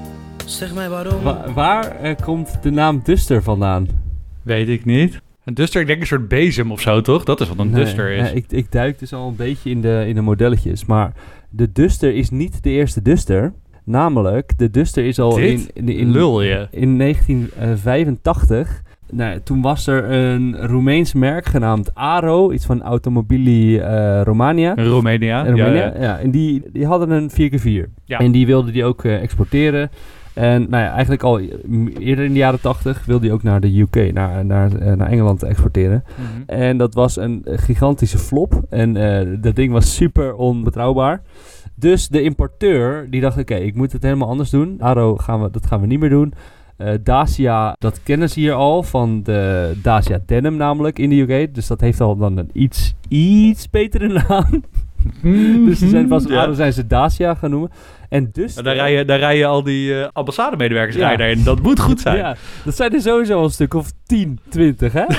Zeg mij waarom. Waar komt de naam Duster vandaan? Weet ik niet. Een Duster, ik denk een soort bezem of zo, toch? Dat is wat een Duster is. Ik duik dus al een beetje in de modelletjes. Maar de Duster is niet de eerste Duster. Namelijk, de Duster is al lul je. In 1985... Nou, toen was er een Roemeens merk genaamd Aro, iets van Automobili Romania. Roemenia. Ja. En die hadden een 4x4. Ja. En die wilden die ook exporteren. En nou ja, eigenlijk al eerder in de jaren 80 wilde hij ook naar de UK, naar Engeland exporteren. Mm-hmm. En dat was een gigantische flop. En dat ding was super onbetrouwbaar. Dus de importeur, die dacht, oké, ik moet het helemaal anders doen. Aro, dat gaan we niet meer doen. Dacia, dat kennen ze hier al, van de Dacia Denim namelijk in de UK. Dus dat heeft al dan een iets betere naam. Dus Aro zijn ze Dacia gaan noemen. En dus... Daar rijden al die ambassademedewerkers rijden in. Dat moet goed zijn. Ja, dat zijn er sowieso al een stuk of 10, 20, hè?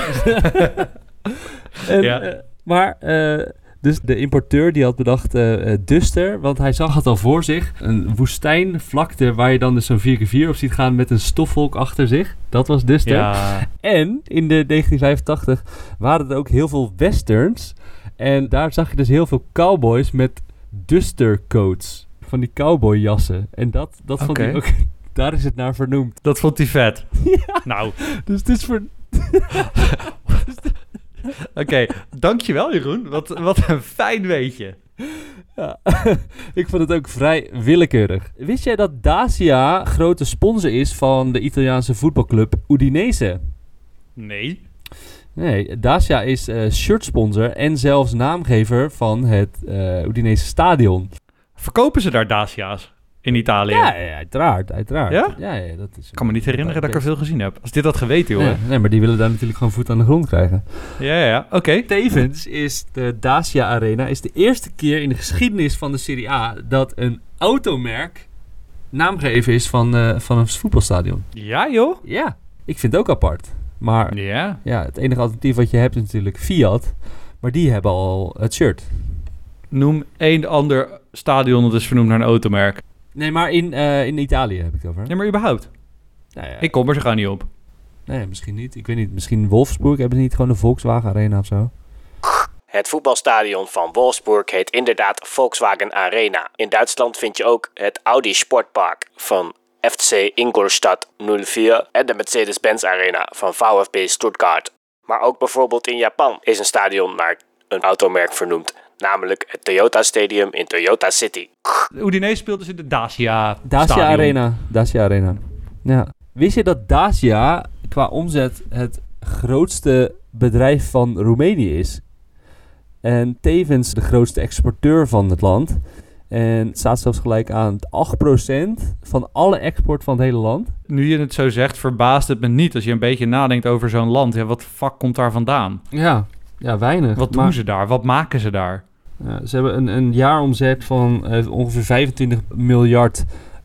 Maar... Dus de importeur die had bedacht Duster, want hij zag het al voor zich. Een woestijnvlakte waar je dan dus zo'n 4x4 op ziet gaan met een stofwolk achter zich. Dat was Duster. Ja. En in de 1985 waren er ook heel veel westerns. En daar zag je dus heel veel cowboys met Duster-coats. Van die cowboyjassen. En dat vond hij ook... Daar is het naar vernoemd. Dat vond hij vet. Ja. Nou. Dus het is voor... Oké, dankjewel Jeroen. Wat een fijn weetje. Ja, ik vond het ook vrij willekeurig. Wist jij dat Dacia grote sponsor is van de Italiaanse voetbalclub Udinese? Nee, Dacia is shirtsponsor en zelfs naamgever van het Udinese stadion. Verkopen ze daar Dacia's? In Italië? Ja, uiteraard. Ja? Ja, dat is... Ik kan me niet herinneren dat ik er veel gezien heb. Als dit had geweten, joh. Nee, maar die willen daar natuurlijk gewoon voet aan de grond krijgen. Ja, oké. Tevens is de Dacia Arena de eerste keer in de geschiedenis van de Serie A dat een automerk naamgegeven is van een voetbalstadion. Ja, joh? Ja, ik vind het ook apart. Maar ja, het enige alternatief wat je hebt is natuurlijk Fiat. Maar die hebben al het shirt. Noem één ander stadion dat is vernoemd naar een automerk. Nee, maar in Italië heb ik het over. Nee, maar überhaupt. Nou ja. Ik kom er zo gauw niet op. Nee, misschien niet. Ik weet niet. Misschien Wolfsburg. Hebben ze niet gewoon een Volkswagen Arena of zo? Het voetbalstadion van Wolfsburg heet inderdaad Volkswagen Arena. In Duitsland vind je ook het Audi Sportpark van FC Ingolstadt 04 en de Mercedes-Benz Arena van VfB Stuttgart. Maar ook bijvoorbeeld in Japan is een stadion naar een automerk vernoemd. Namelijk het Toyota Stadium in Toyota City. Udinese speelt dus in de Dacia Arena. Dacia Arena. Ja. Wist je dat Dacia qua omzet het grootste bedrijf van Roemenië is? En tevens de grootste exporteur van het land. En het staat zelfs gelijk aan 8% van alle export van het hele land. Nu je het zo zegt, verbaast het me niet. Als je een beetje nadenkt over zo'n land. Ja, wat fuck komt daar vandaan? Ja, weinig. Wat doen ze daar? Wat maken ze daar? Ja, ze hebben een jaaromzet van ongeveer 25 miljard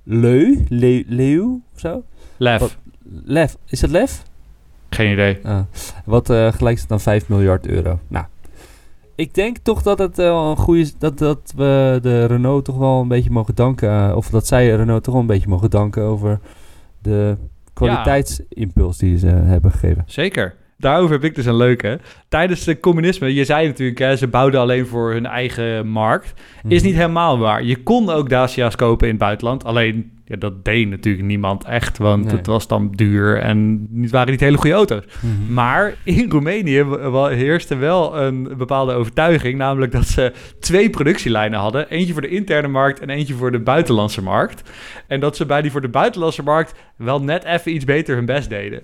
leeuw of zo? Lef. Is het lef? Geen idee. Wat gelijk staat aan 5 miljard euro. Nou, ik denk toch dat het een goede is dat we de Renault toch wel een beetje mogen danken. Of dat zij Renault toch wel een beetje mogen danken over de kwaliteitsimpuls die ze hebben gegeven. Zeker. Daarover heb ik dus een leuke. Tijdens de communisme, je zei natuurlijk, ze bouwden alleen voor hun eigen markt. Is niet helemaal waar. Je kon ook Dacia's kopen in het buitenland. Alleen, dat deed natuurlijk niemand echt, want het was dan duur en het waren niet hele goede auto's. Mm-hmm. Maar in Roemenië heerste wel een bepaalde overtuiging, namelijk dat ze 2 productielijnen hadden. Eentje voor de interne markt en eentje voor de buitenlandse markt. En dat ze bij die voor de buitenlandse markt wel net even iets beter hun best deden.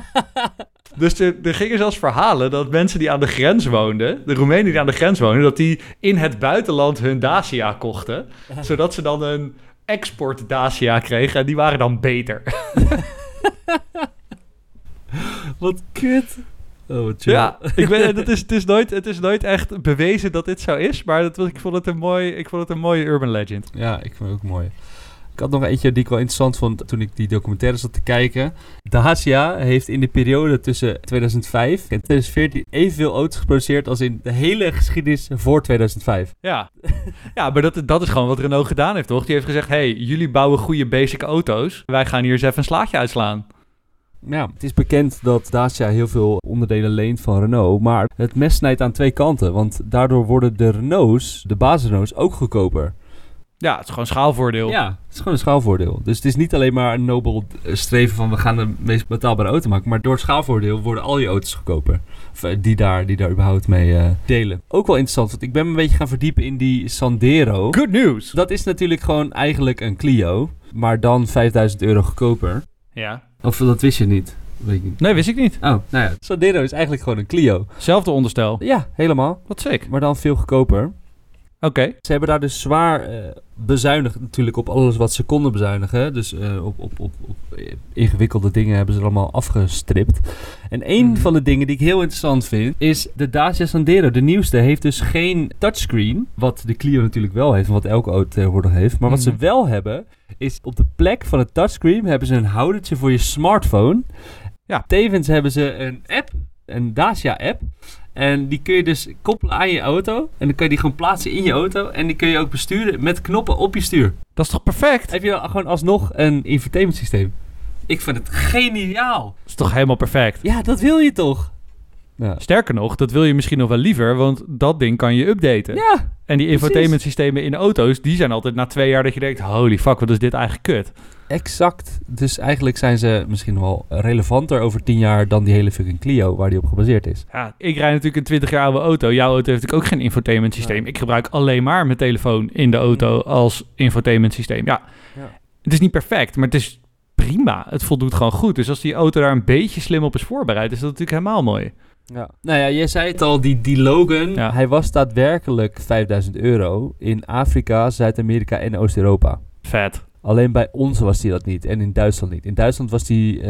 Dus er gingen zelfs verhalen dat mensen die aan de grens woonden, de Roemenen die aan de grens woonden, dat die in het buitenland hun Dacia kochten, zodat ze dan een export Dacia kregen en die waren dan beter. Wat kut. Oh, wat chill. Ja, ik weet, het is nooit echt bewezen dat dit zo is, maar ik vond het een mooie urban legend. Ja, ik vond het ook mooi. Ik had nog eentje die ik wel interessant vond toen ik die documentaire zat te kijken. Dacia heeft in de periode tussen 2005 en 2014 evenveel auto's geproduceerd als in de hele geschiedenis voor 2005. Ja, maar dat is gewoon wat Renault gedaan heeft, toch? Die heeft gezegd, hey, jullie bouwen goede basic auto's. Wij gaan hier eens even een slaatje uitslaan. Ja, het is bekend dat Dacia heel veel onderdelen leent van Renault, maar het mes snijdt aan twee kanten, want daardoor worden de Renaults, de basis-Renaults, ook goedkoper. Ja, het is gewoon schaalvoordeel. Ja, het is gewoon een schaalvoordeel. Dus het is niet alleen maar een nobel streven van we gaan de meest betaalbare auto maken, maar door het schaalvoordeel worden al je auto's goedkoper. Of die daar überhaupt mee delen. Ook wel interessant, want ik ben me een beetje gaan verdiepen in die Sandero. Good news! Dat is natuurlijk gewoon eigenlijk een Clio, maar dan €5.000 goedkoper. Ja. Of dat wist je niet? Weet ik niet. Nee, wist ik niet. Oh, nou ja. Sandero is eigenlijk gewoon een Clio. Zelfde onderstel. Ja, helemaal. Wat sick. Maar dan veel goedkoper. Oké. Ze hebben daar dus zwaar bezuinigd natuurlijk op alles wat ze konden bezuinigen. Dus op ingewikkelde dingen hebben ze allemaal afgestript. En een van de dingen die ik heel interessant vind is de Dacia Sandero. De nieuwste heeft dus geen touchscreen. Wat de Clio natuurlijk wel heeft en wat elke auto tegenwoordig heeft. Maar wat ze wel hebben is op de plek van het touchscreen hebben ze een houdertje voor je smartphone. Ja. Tevens hebben ze een app, een Dacia app. En die kun je dus koppelen aan je auto. En dan kun je die gewoon plaatsen in je auto. En die kun je ook besturen met knoppen op je stuur. Dat is toch perfect? Heb je gewoon alsnog een infotainment systeem. Ik vind het geniaal. Dat is toch helemaal perfect? Ja, dat wil je toch? Ja. Sterker nog, dat wil je misschien nog wel liever, want dat ding kan je updaten. Ja, en die infotainment systemen in auto's, die zijn altijd na 2 jaar dat je denkt, holy fuck, wat is dit eigenlijk kut? Exact. Dus eigenlijk zijn ze misschien wel relevanter over 10 jaar dan die hele fucking Clio waar die op gebaseerd is. Ja, ik rijd natuurlijk een 20 jaar oude auto. Jouw auto heeft natuurlijk ook geen infotainment systeem. Ja. Ik gebruik alleen maar mijn telefoon in de auto als infotainment systeem. Ja, het is niet perfect, maar het is prima. Het voldoet gewoon goed. Dus als die auto daar een beetje slim op is voorbereid, is dat natuurlijk helemaal mooi. Ja. Nou ja, jij zei het al, die Logan, hij was daadwerkelijk €5.000 in Afrika, Zuid-Amerika en Oost-Europa. Vet. Alleen bij ons was die dat niet en in Duitsland niet. In Duitsland was die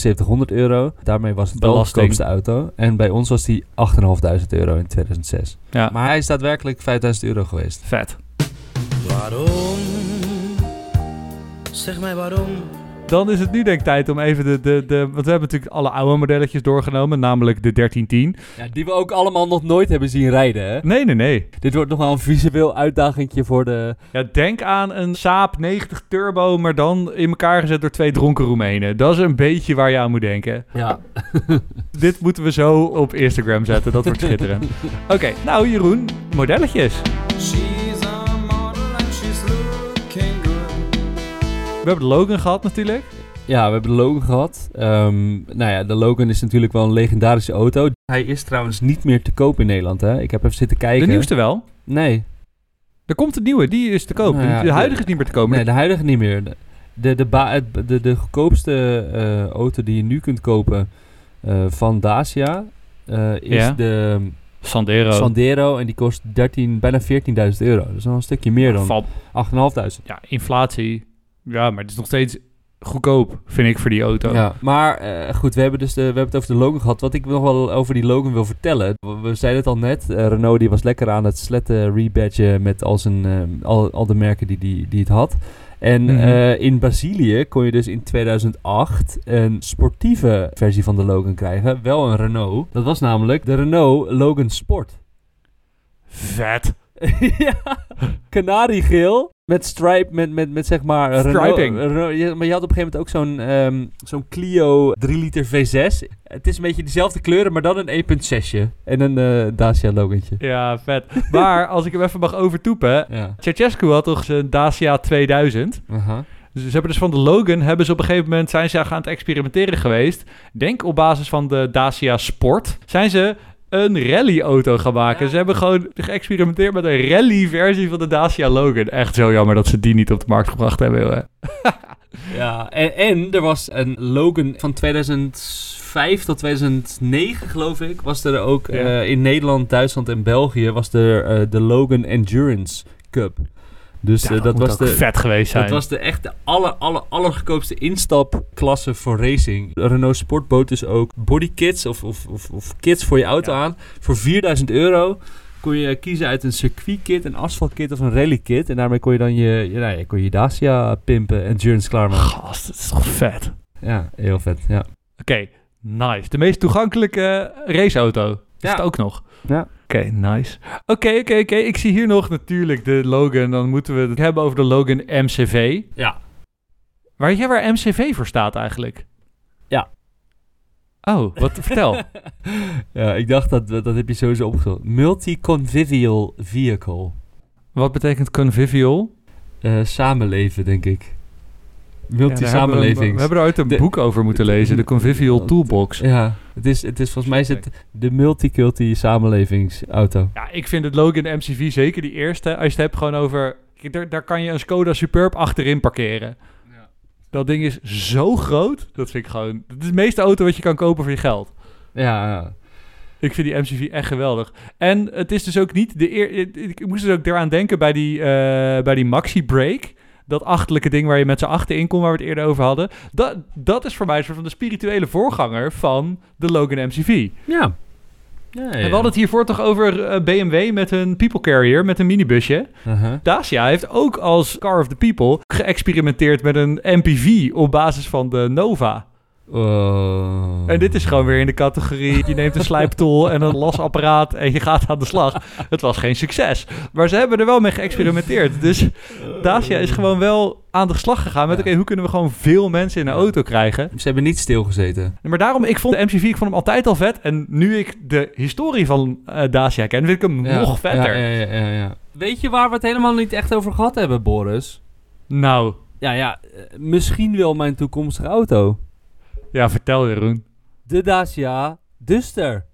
€7200. Daarmee was het de goedkoopste auto. En bij ons was die €8.500 in 2006. Ja. Maar hij is daadwerkelijk €5.000 geweest. Vet. Waarom? Zeg mij waarom. Dan is het nu denk ik tijd om even want we hebben natuurlijk alle oude modelletjes doorgenomen, namelijk de 1310. Ja, die we ook allemaal nog nooit hebben zien rijden, hè? Nee. Dit wordt nog wel een visueel uitdagingje voor de... Ja, denk aan een Saab 90 Turbo, maar dan in elkaar gezet door 2 dronken Roemenen. Dat is een beetje waar je aan moet denken. Ja. Dit moeten we zo op Instagram zetten, dat wordt schitterend. Oké, nou Jeroen, modelletjes. We hebben de Logan gehad natuurlijk. Ja, we hebben de Logan gehad. De Logan is natuurlijk wel een legendarische auto. Hij is trouwens niet meer te koop in Nederland, hè? Ik heb even zitten kijken. De nieuwste wel? Nee. Er komt een nieuwe, die is te koop. De huidige is niet meer te koop. Nee, de huidige niet meer. De goedkoopste auto die je nu kunt kopen van Dacia is de... Sandero en die kost bijna €14.000. Dat is nog een stukje meer dan $8.500. Ja, inflatie... Ja, maar het is nog steeds goedkoop, vind ik, voor die auto. Ja, maar goed, we hebben het over de Logan gehad. Wat ik nog wel over die Logan wil vertellen. We zeiden het al net. Renault die was lekker aan het sletten rebadgen met al de merken die het had. En in Brazilië kon je dus in 2008 een sportieve versie van de Logan krijgen. Wel een Renault. Dat was namelijk de Renault Logan Sport. Vet. Ja, kanariegeel met stripe, met zeg maar... Striping. Maar je had op een gegeven moment ook zo'n Clio 3 liter V6. Het is een beetje dezelfde kleuren, maar dan een 1.6'je. En een Dacia Logantje. Ja, vet. Maar als ik hem even mag overtoepen... Ja. Ceausescu had toch zijn Dacia 2000... Dus ze hebben dus van de Logan op een gegeven moment zijn ze aan het experimenteren geweest. Denk op basis van de Dacia Sport zijn ze een rally-auto gaan maken. Ja. Ze hebben gewoon geëxperimenteerd met een rally-versie van de Dacia Logan. Echt zo jammer dat ze die niet op de markt gebracht hebben. Ja, en er was een Logan van 2005 tot 2009, geloof ik, was er ook in Nederland, Duitsland en België was er de Logan Endurance Cup. Dus dat was vet geweest zijn. Dat was de allergoedkoopste instapklasse voor racing. Renault Sport bood dus ook bodykits of kits voor je auto aan voor €4.000. kon je kiezen uit een circuitkit, een asfaltkit of een rallykit. En daarmee kon je dan je Dacia pimpen en endurance klaarmaken. Gast, dat is toch vet. Ja, heel vet, ja. Oké, nice. De meest toegankelijke raceauto. Is het ook nog? Ja. Oké, nice. Oké. Ik zie hier nog natuurlijk de Logan. Dan moeten we het hebben over de Logan MCV. Ja. Weet jij waar MCV voor staat eigenlijk? Ja. Oh, vertel. Ja, ik dacht dat heb je sowieso opgezocht. Multi-convivial vehicle. Wat betekent convivial? Samenleven, denk ik. Multi-samenlevings. We hebben er ooit een boek over moeten lezen. De Convivial Toolbox. Ja, het is volgens mij de multiculti samenlevingsauto. Ja, ik vind het Logan MCV zeker die eerste. Als je het hebt gewoon over... Daar kan je een Skoda Superb achterin parkeren. Ja. Dat ding is zo groot. Dat vind ik gewoon... Het is de meeste auto wat je kan kopen voor je geld. Ja. Ik vind die MCV echt geweldig. En het is dus ook niet ik moest dus ook eraan denken bij die Maxi Break. Dat achterlijke ding waar je met z'n achter in kon, waar we het eerder over hadden. Dat is voor mij een soort van de spirituele voorganger van de Logan MCV. Ja. En we hadden het hiervoor toch over BMW met een people carrier, met een minibusje. Uh-huh. Dacia heeft ook als Car of the People geëxperimenteerd met een MPV op basis van de Nova. En dit is gewoon weer in de categorie... je neemt een slijptol en een lasapparaat en je gaat aan de slag. Het was geen succes. Maar ze hebben er wel mee geëxperimenteerd. Dus Dacia is gewoon wel aan de slag gegaan met... oké, hoe kunnen we gewoon veel mensen in een auto krijgen? Ze hebben niet stilgezeten. Maar daarom, ik vond de MCV hem altijd al vet. En nu ik de historie van Dacia ken, vind ik hem nog vetter. Ja. Weet je waar we het helemaal niet echt over gehad hebben, Boris? Nou. Ja, misschien wel mijn toekomstige auto. Ja, vertel Jeroen. De Dacia Duster.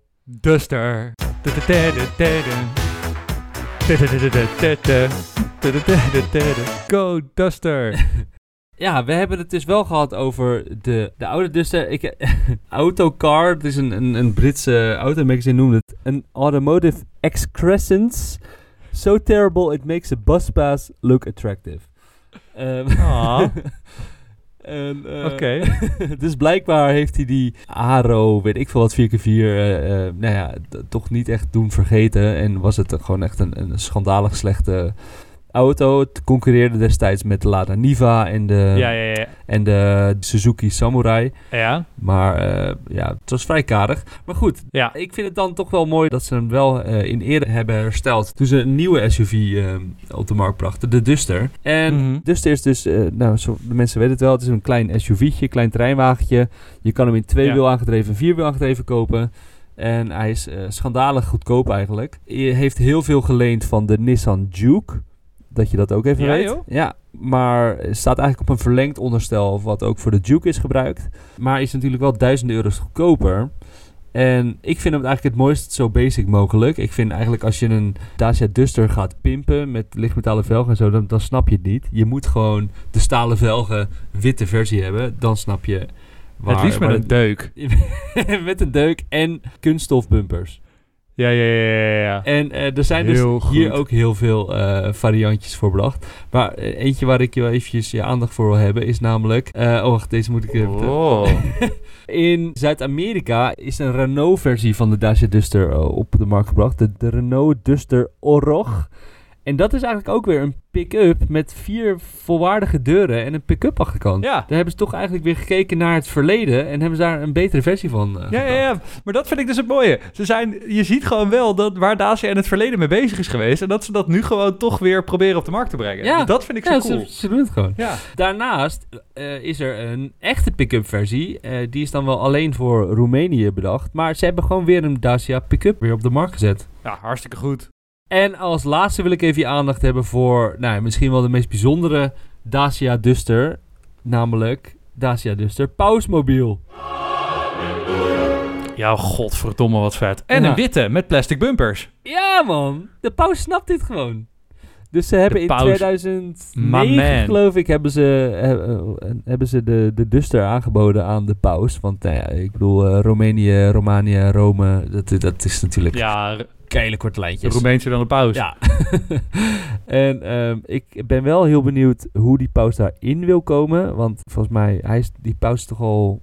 Go Duster. Ja, we hebben het dus wel gehad over de oude Duster. Autocar, het is een Britse automagazine noemde het. Een automotive excrescence. So terrible it makes a bus pass look attractive. Oké. Dus blijkbaar heeft hij die Aro, weet ik veel wat, 4x4, toch niet echt doen vergeten. En was het gewoon echt een schandalig slechte auto. Het concurreerde destijds met de Lada Niva en de Suzuki Samurai. Ja. Maar het was vrij karig. Maar goed, ik vind het dan toch wel mooi dat ze hem wel in ere hebben hersteld. Toen ze een nieuwe SUV op de markt brachten, de Duster. En Duster is dus, de mensen weten het wel, het is een klein SUV'tje, klein terreinwagentje. Je kan hem in 2-wiel aangedreven, 4-wiel aangedreven kopen. En hij is schandalig goedkoop eigenlijk. Je heeft heel veel geleend van de Nissan Juke. Dat je dat ook even weet. Joh? Ja, maar staat eigenlijk op een verlengd onderstel... wat ook voor de Juke is gebruikt. Maar is natuurlijk wel €1000 goedkoper. En ik vind hem eigenlijk het mooist zo basic mogelijk. Ik vind eigenlijk als je een Dacia Duster gaat pimpen... met lichtmetalen velgen en zo, dan snap je het niet. Je moet gewoon de stalen velgen witte versie hebben. Dan snap je... Het liefst met een deuk. Met een deuk en kunststof bumpers. Ja. En er zijn dus hier ook heel veel variantjes voor bedacht. Maar eentje waar ik eventjes je aandacht voor wil hebben is namelijk... wacht, deze moet ik even... In Zuid-Amerika is een Renault-versie van de Dacia Duster op de markt gebracht. De Renault Duster Oroch. En dat is eigenlijk ook weer een pick-up met 4 volwaardige deuren en een pick-up achterkant. Ja. Daar hebben ze toch eigenlijk weer gekeken naar het verleden en hebben ze daar een betere versie van Ja, maar dat vind ik dus het mooie. Je ziet gewoon wel dat waar Dacia in het verleden mee bezig is geweest en dat ze dat nu gewoon toch weer proberen op de markt te brengen. Ja. Dat vind ik zo cool. Ze doen het gewoon. Ja. Daarnaast is er een echte pick-up versie. Die is dan wel alleen voor Roemenië bedacht. Maar ze hebben gewoon weer een Dacia pick-up weer op de markt gezet. Ja, hartstikke goed. En als laatste wil ik even je aandacht hebben voor... misschien wel de meest bijzondere Dacia Duster. Namelijk Dacia Duster Pausmobiel. Ja, godverdomme wat vet. En een witte met plastic bumpers. Ja man, de Paus snapt dit gewoon. Dus ze hebben in 2009, geloof ik, hebben ze de Duster aangeboden aan de Paus. Want ik bedoel, Roemenië, Romanië, Rome, dat is natuurlijk... Ja, keile korte lijntjes. Roemeense dan de Paus. Ja. En ik ben wel heel benieuwd hoe die Paus daarin wil komen. Want volgens mij, die Paus is toch al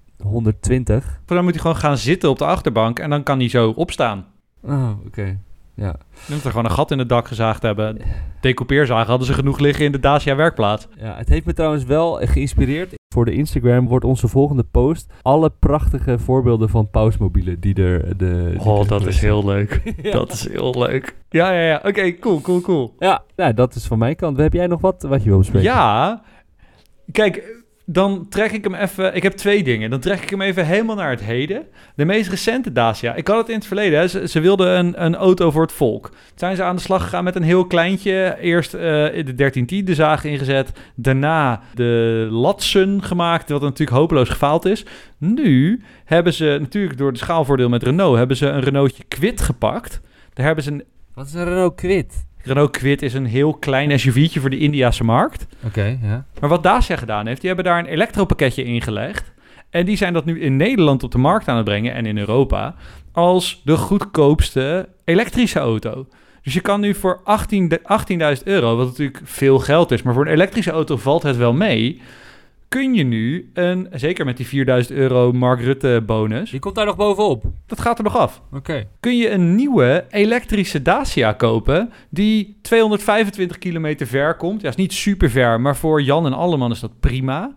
120. Dan moet hij gewoon gaan zitten op de achterbank en dan kan hij zo opstaan. Oh, oké. Ja. Je moet er gewoon een gat in het dak gezaagd hebben. Decoupeerzagen hadden ze genoeg liggen in de Dacia werkplaats. Ja, het heeft me trouwens wel geïnspireerd. Voor de Instagram wordt onze volgende post alle prachtige voorbeelden van pausmobielen die er... dat is heel leuk. Ja. Dat is heel leuk. Ja. Oké, cool. Ja, nou, dat is van mijn kant. Heb jij nog wat je wil bespreken? Ja, kijk... Dan trek ik hem even... Ik heb 2 dingen. Dan trek ik hem even helemaal naar het heden. De meest recente Dacia. Ik had het in het verleden. Hè. Ze wilden een auto voor het volk. Toen zijn ze aan de slag gegaan met een heel kleintje. Eerst de 1310 de zaag ingezet. Daarna de Latsun gemaakt. Wat natuurlijk hopeloos gefaald is. Nu hebben ze natuurlijk door de schaalvoordeel met Renault... hebben ze een Renaultje Kwid gepakt. Daar hebben ze Wat is een Renault Kwid? Renault Kwid is een heel klein SUV'tje voor de Indiase markt. Oké, ja. Maar wat Dacia gedaan heeft, die hebben daar een elektropakketje ingelegd. En die zijn dat nu in Nederland op de markt aan het brengen en in Europa als de goedkoopste elektrische auto. Dus je kan nu voor €18.000, wat natuurlijk veel geld is, maar voor een elektrische auto valt het wel mee, kun je nu, zeker met die €4.000 Mark Rutte bonus... Die komt daar nog bovenop? Dat gaat er nog af. Oké. Kun je een nieuwe elektrische Dacia kopen die 225 kilometer ver komt. Ja, is niet super ver, maar voor Jan en Alleman is dat prima.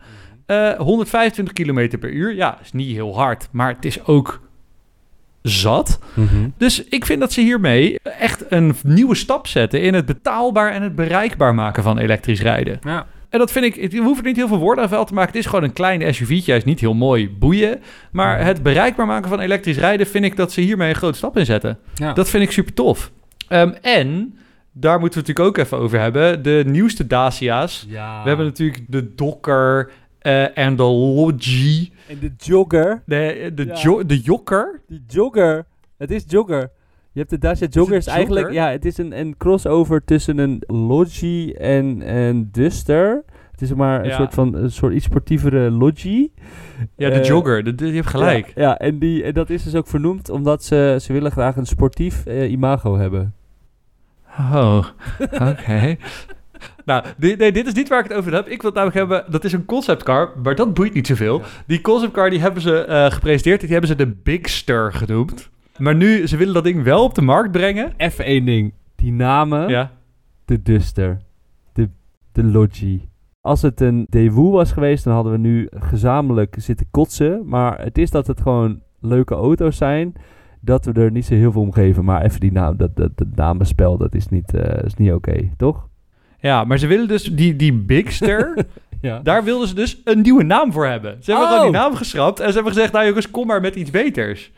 125 kilometer per uur. Ja, is niet heel hard, maar het is ook zat. Mm-hmm. Dus ik vind dat ze hiermee echt een nieuwe stap zetten in het betaalbaar en het bereikbaar maken van elektrisch rijden. Ja. En dat vind ik, je hoeft er niet heel veel woorden aan vuil te maken. Het is gewoon een klein SUV'tje. Hij is niet heel mooi boeien. Maar het bereikbaar maken van elektrisch rijden... vind ik dat ze hiermee een grote stap in zetten. Ja. Dat vind ik super tof. En daar moeten we het natuurlijk ook even over hebben. De nieuwste Dacia's. Ja. We hebben natuurlijk de Dokker en de Logi. En de Jogger. De Jokker. Die Jogger. Het is Jogger. Je hebt de Dacia Jogger. Is eigenlijk, ja, het is een crossover tussen een Logi en een Duster. Het is maar een soort iets sportievere Logi. Ja, de Jogger. Je hebt gelijk. Ja, en dat is dus ook vernoemd omdat ze willen graag een sportief imago hebben. Oh, oké. Nou, dit is niet waar ik het over heb. Ik wil het namelijk hebben, dat is een conceptcar, maar dat boeit niet zoveel. Ja. Die conceptcar die hebben ze gepresenteerd, die hebben ze de Bigster genoemd. Maar nu, ze willen dat ding wel op de markt brengen. Even één ding. Die namen. Ja. De Duster. De Logi. Als het een Daewoo was geweest, dan hadden we nu gezamenlijk zitten kotsen. Maar het is dat het gewoon leuke auto's zijn, dat we er niet zo heel veel om geven. Maar even die naam, dat namenspel, dat is niet oké, toch? Ja, maar ze willen dus die Bigster... Ja. Daar wilden ze dus een nieuwe naam voor hebben. Ze hebben gewoon die naam geschrapt en ze hebben gezegd, nou jongens, kom maar met iets beters.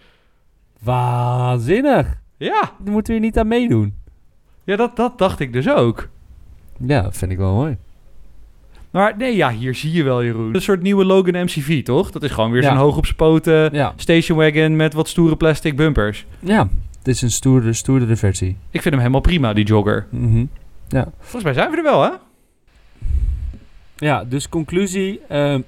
Waanzinnig. Ja. Daar moeten we hier niet aan meedoen. Ja, dat dacht ik dus ook. Ja, dat vind ik wel mooi. Maar nee, ja, hier zie je wel, Jeroen. Een soort nieuwe Logan MCV, toch? Dat is gewoon weer zo'n hoog op z'n poten stationwagon met wat stoere plastic bumpers. Ja, het is een stoerdere versie. Ik vind hem helemaal prima, die Jogger. Mm-hmm. Ja. Volgens mij zijn we er wel, hè? Ja, dus conclusie.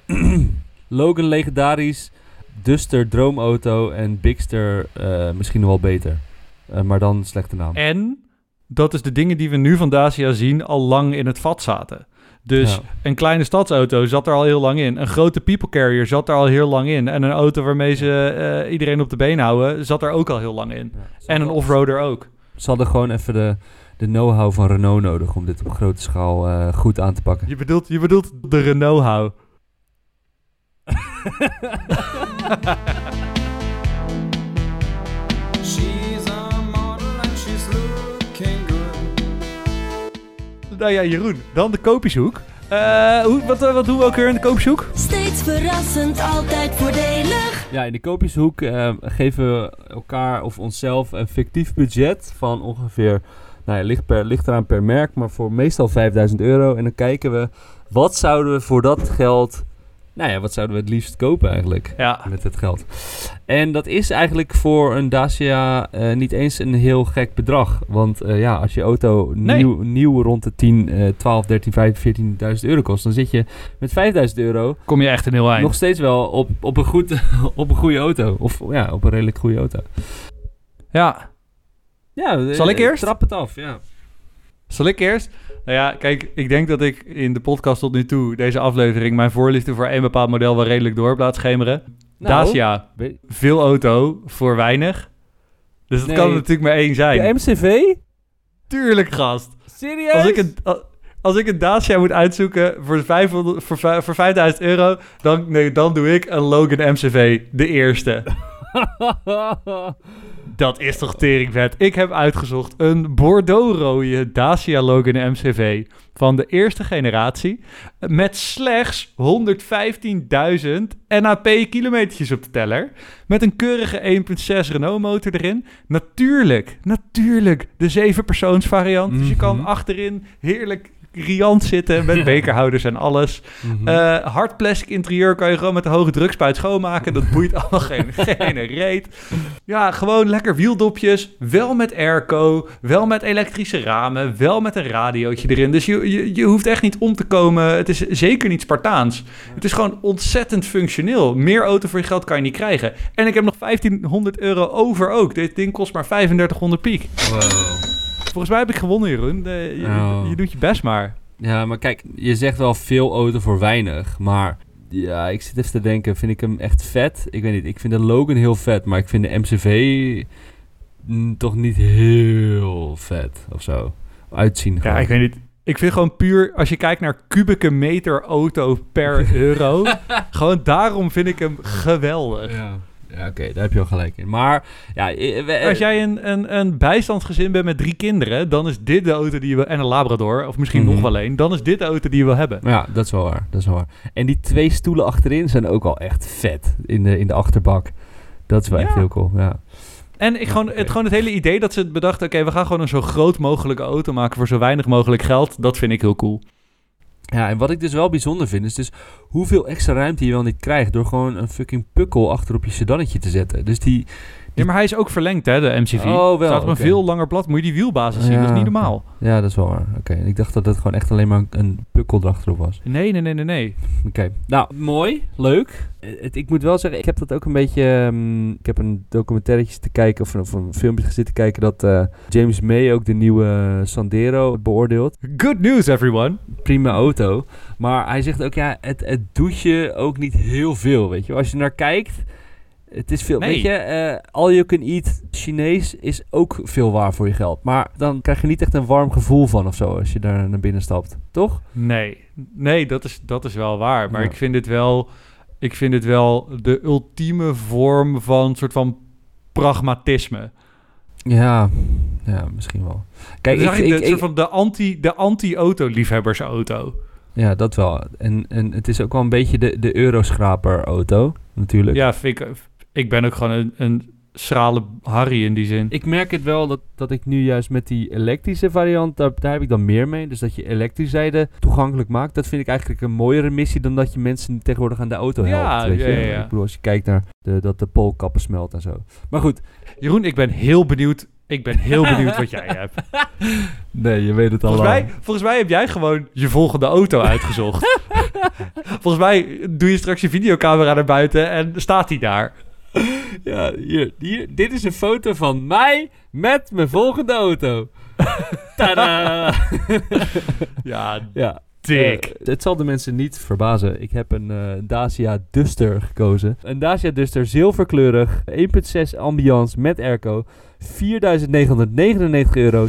Logan legendarisch, Duster droomauto en Bigster misschien nog wel beter. Maar dan slechte naam. En dat is de dingen die we nu van Dacia zien al lang in het vat zaten. Dus een kleine stadsauto zat er al heel lang in. Een grote people carrier zat er al heel lang in. En een auto waarmee ze iedereen op de been houden, zat er ook al heel lang in. Ja, en een offroader ook. Ze hadden gewoon even de know-how van Renault nodig om dit op grote schaal goed aan te pakken. Je bedoelt de Renault-how. Nou ja, Jeroen, dan de koopjeshoek. Wat doen we ook weer in de koopjeshoek? Steeds verrassend, altijd voordelig. Ja, in de koopjeshoek geven we elkaar of onszelf een fictief budget van ongeveer, ligt eraan per merk, maar voor meestal €5.000. En dan kijken we, wat zouden we voor dat geld, wat zouden we het liefst kopen eigenlijk met het geld. En dat is eigenlijk voor een Dacia niet eens een heel gek bedrag. Want als je auto nieuw rond de 10, 12, 13, 15, €14.000 kost, dan zit je met €5.000. Kom je echt een heel eind. Nog steeds wel op een goede auto. Of op een redelijk goede auto. Ja. Ja, zal ik eerst? Trap het af, ja. Zal ik eerst? Nou ja, kijk, ik denk dat ik in de podcast tot nu toe, deze aflevering, mijn voorliefde voor één bepaald model wel redelijk door heb laten schemeren. Dacia, veel auto voor weinig. Dus dat kan er natuurlijk maar één zijn. De MCV? Tuurlijk, gast. Serieus? Als ik een Dacia moet uitzoeken voor 5.000 euro, dan doe ik een Logan MCV, de eerste. Dat is toch teringvet. Ik heb uitgezocht een Bordeaux-rode Dacia Logan MCV van de eerste generatie met slechts 115.000 NAP-kilometertjes op de teller. Met een keurige 1.6 Renault-motor erin. Natuurlijk, de 7-persoons variant. Dus je kan achterin heerlijk riant zitten met bekerhouders en alles. Hard plastic interieur kan je gewoon met een hoge drukspuit schoonmaken. Dat boeit allemaal geen reet. Ja, gewoon lekker wieldopjes. Wel met airco, wel met elektrische ramen, wel met een radiootje erin. Dus je hoeft echt niet om te komen. Het is zeker niet Spartaans. Het is gewoon ontzettend functioneel. Meer auto voor je geld kan je niet krijgen. En ik heb nog 1.500 euro over ook. Dit ding kost maar 3500 piek. Wow. Volgens mij heb ik gewonnen, Jeroen. Je doet je best maar. Ja, maar kijk, je zegt wel veel auto voor weinig. Maar ja, ik zit even te denken, vind ik hem echt vet? Ik weet niet, ik vind de Logan heel vet, maar ik vind de MCV toch niet heel vet of zo. Uitzien gewoon. Ja, ik weet niet. Ik vind gewoon puur, als je kijkt naar kubieke meter auto per euro, gewoon daarom vind ik hem geweldig. Ja, oké, daar heb je wel gelijk in. Maar ja, als jij een bijstandsgezin bent met 3 kinderen, dan is dit de auto die je wil, en een Labrador, of misschien nog wel één, dan is dit de auto die je wil hebben. Ja, dat is wel waar. En die 2 stoelen achterin zijn ook al echt vet in de achterbak. Dat is wel echt heel cool, ja. En het hele idee dat ze bedachten, oké, we gaan gewoon een zo groot mogelijke auto maken voor zo weinig mogelijk geld, dat vind ik heel cool. Ja, en wat ik dus wel bijzonder vind, is dus hoeveel extra ruimte je wel niet krijgt door gewoon een fucking pukkel achter op je sedannetje te zetten. Dus die... Ja, maar hij is ook verlengd, hè, de MCV. Oh, wel. Staat op een veel langer blad. Moet je die wielbasis zien, dat is niet normaal. Ja, dat is wel waar. Oké. Ik dacht dat het gewoon echt alleen maar een pukkel erachterop was. Nee. Oké. Nou, mooi. Leuk. Ik moet wel zeggen, ik heb dat ook een beetje... ik heb een documentairetje te kijken, of een filmpje zitten kijken, dat James May ook de nieuwe Sandero beoordeelt. Good news, everyone. Prima auto. Maar hij zegt ook, ja, het doet je ook niet heel veel, weet je. Als je naar kijkt... Het is veel, weet je, all you can eat Chinees is ook veel waar voor je geld. Maar dan krijg je niet echt een warm gevoel van of zo als je daar naar binnen stapt, toch? Nee, dat is wel waar. Maar ik vind het wel de ultieme vorm van een soort van pragmatisme. Ja, misschien wel. Kijk, soort van de anti-auto-liefhebbersauto. Ja, dat wel. En het is ook wel een beetje de Euroschraper-auto, natuurlijk. Ja, ik ben ook gewoon een schrale Harry in die zin. Ik merk het wel dat ik nu juist met die elektrische variant, daar heb ik dan meer mee. Dus dat je elektrische toegankelijk maakt. Dat vind ik eigenlijk een mooiere missie dan dat je mensen tegenwoordig aan de auto helpt. Weet je? Ja. Ik bedoel, als je kijkt naar dat de poolkappen smelt en zo. Maar goed. Jeroen, ik ben heel benieuwd wat jij hebt. Nee, je weet het al. Volgens mij heb jij gewoon je volgende auto uitgezocht. Volgens mij doe je straks je videocamera naar buiten en staat hij daar. Ja, hier. Dit is een foto van mij met mijn volgende auto. Tadaa! Ja. Dik. Het zal de mensen niet verbazen. Ik heb een Dacia Duster gekozen. Een Dacia Duster zilverkleurig, 1.6 ambiance met airco, €4.999,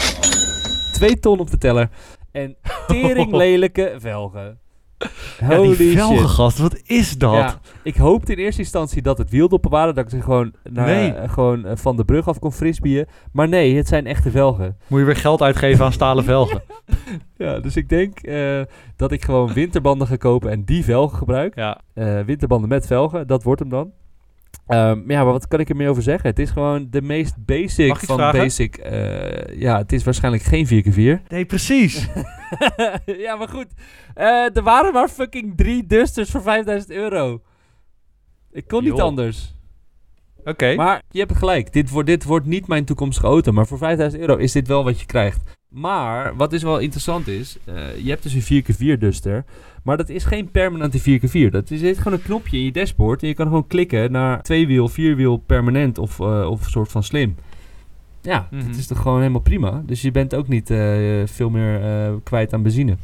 2 ton op de teller en tering lelijke velgen. Holy die velgengast, wat is dat? Ja, ik hoopte in eerste instantie dat het wieldoppen waren, dat ik ze gewoon van de brug af kon frisbeeën. Maar nee, het zijn echte velgen. Moet je weer geld uitgeven aan stalen velgen. Ja, dus ik denk dat ik gewoon winterbanden ga kopen en die velgen gebruik. Ja. Winterbanden met velgen, dat wordt hem dan. Maar wat kan ik er meer over zeggen? Het is gewoon de meest basic van basic. Het is waarschijnlijk geen 4x4. Nee, precies. Ja, maar goed. Er waren maar fucking 3 Dusters voor €5.000. Ik kon niet anders. Oké. Maar je hebt gelijk. Dit wordt niet mijn toekomstige auto. Maar voor €5.000 is dit wel wat je krijgt. Maar wat dus wel interessant is. Je hebt dus een 4x4 Duster. Maar dat is geen permanente 4x4. Dat is gewoon een knopje in je dashboard. En je kan gewoon klikken naar 2-wiel, 4-wiel permanent of een soort van slim. Ja, dat is toch gewoon helemaal prima. Dus je bent ook niet veel meer kwijt aan benzine.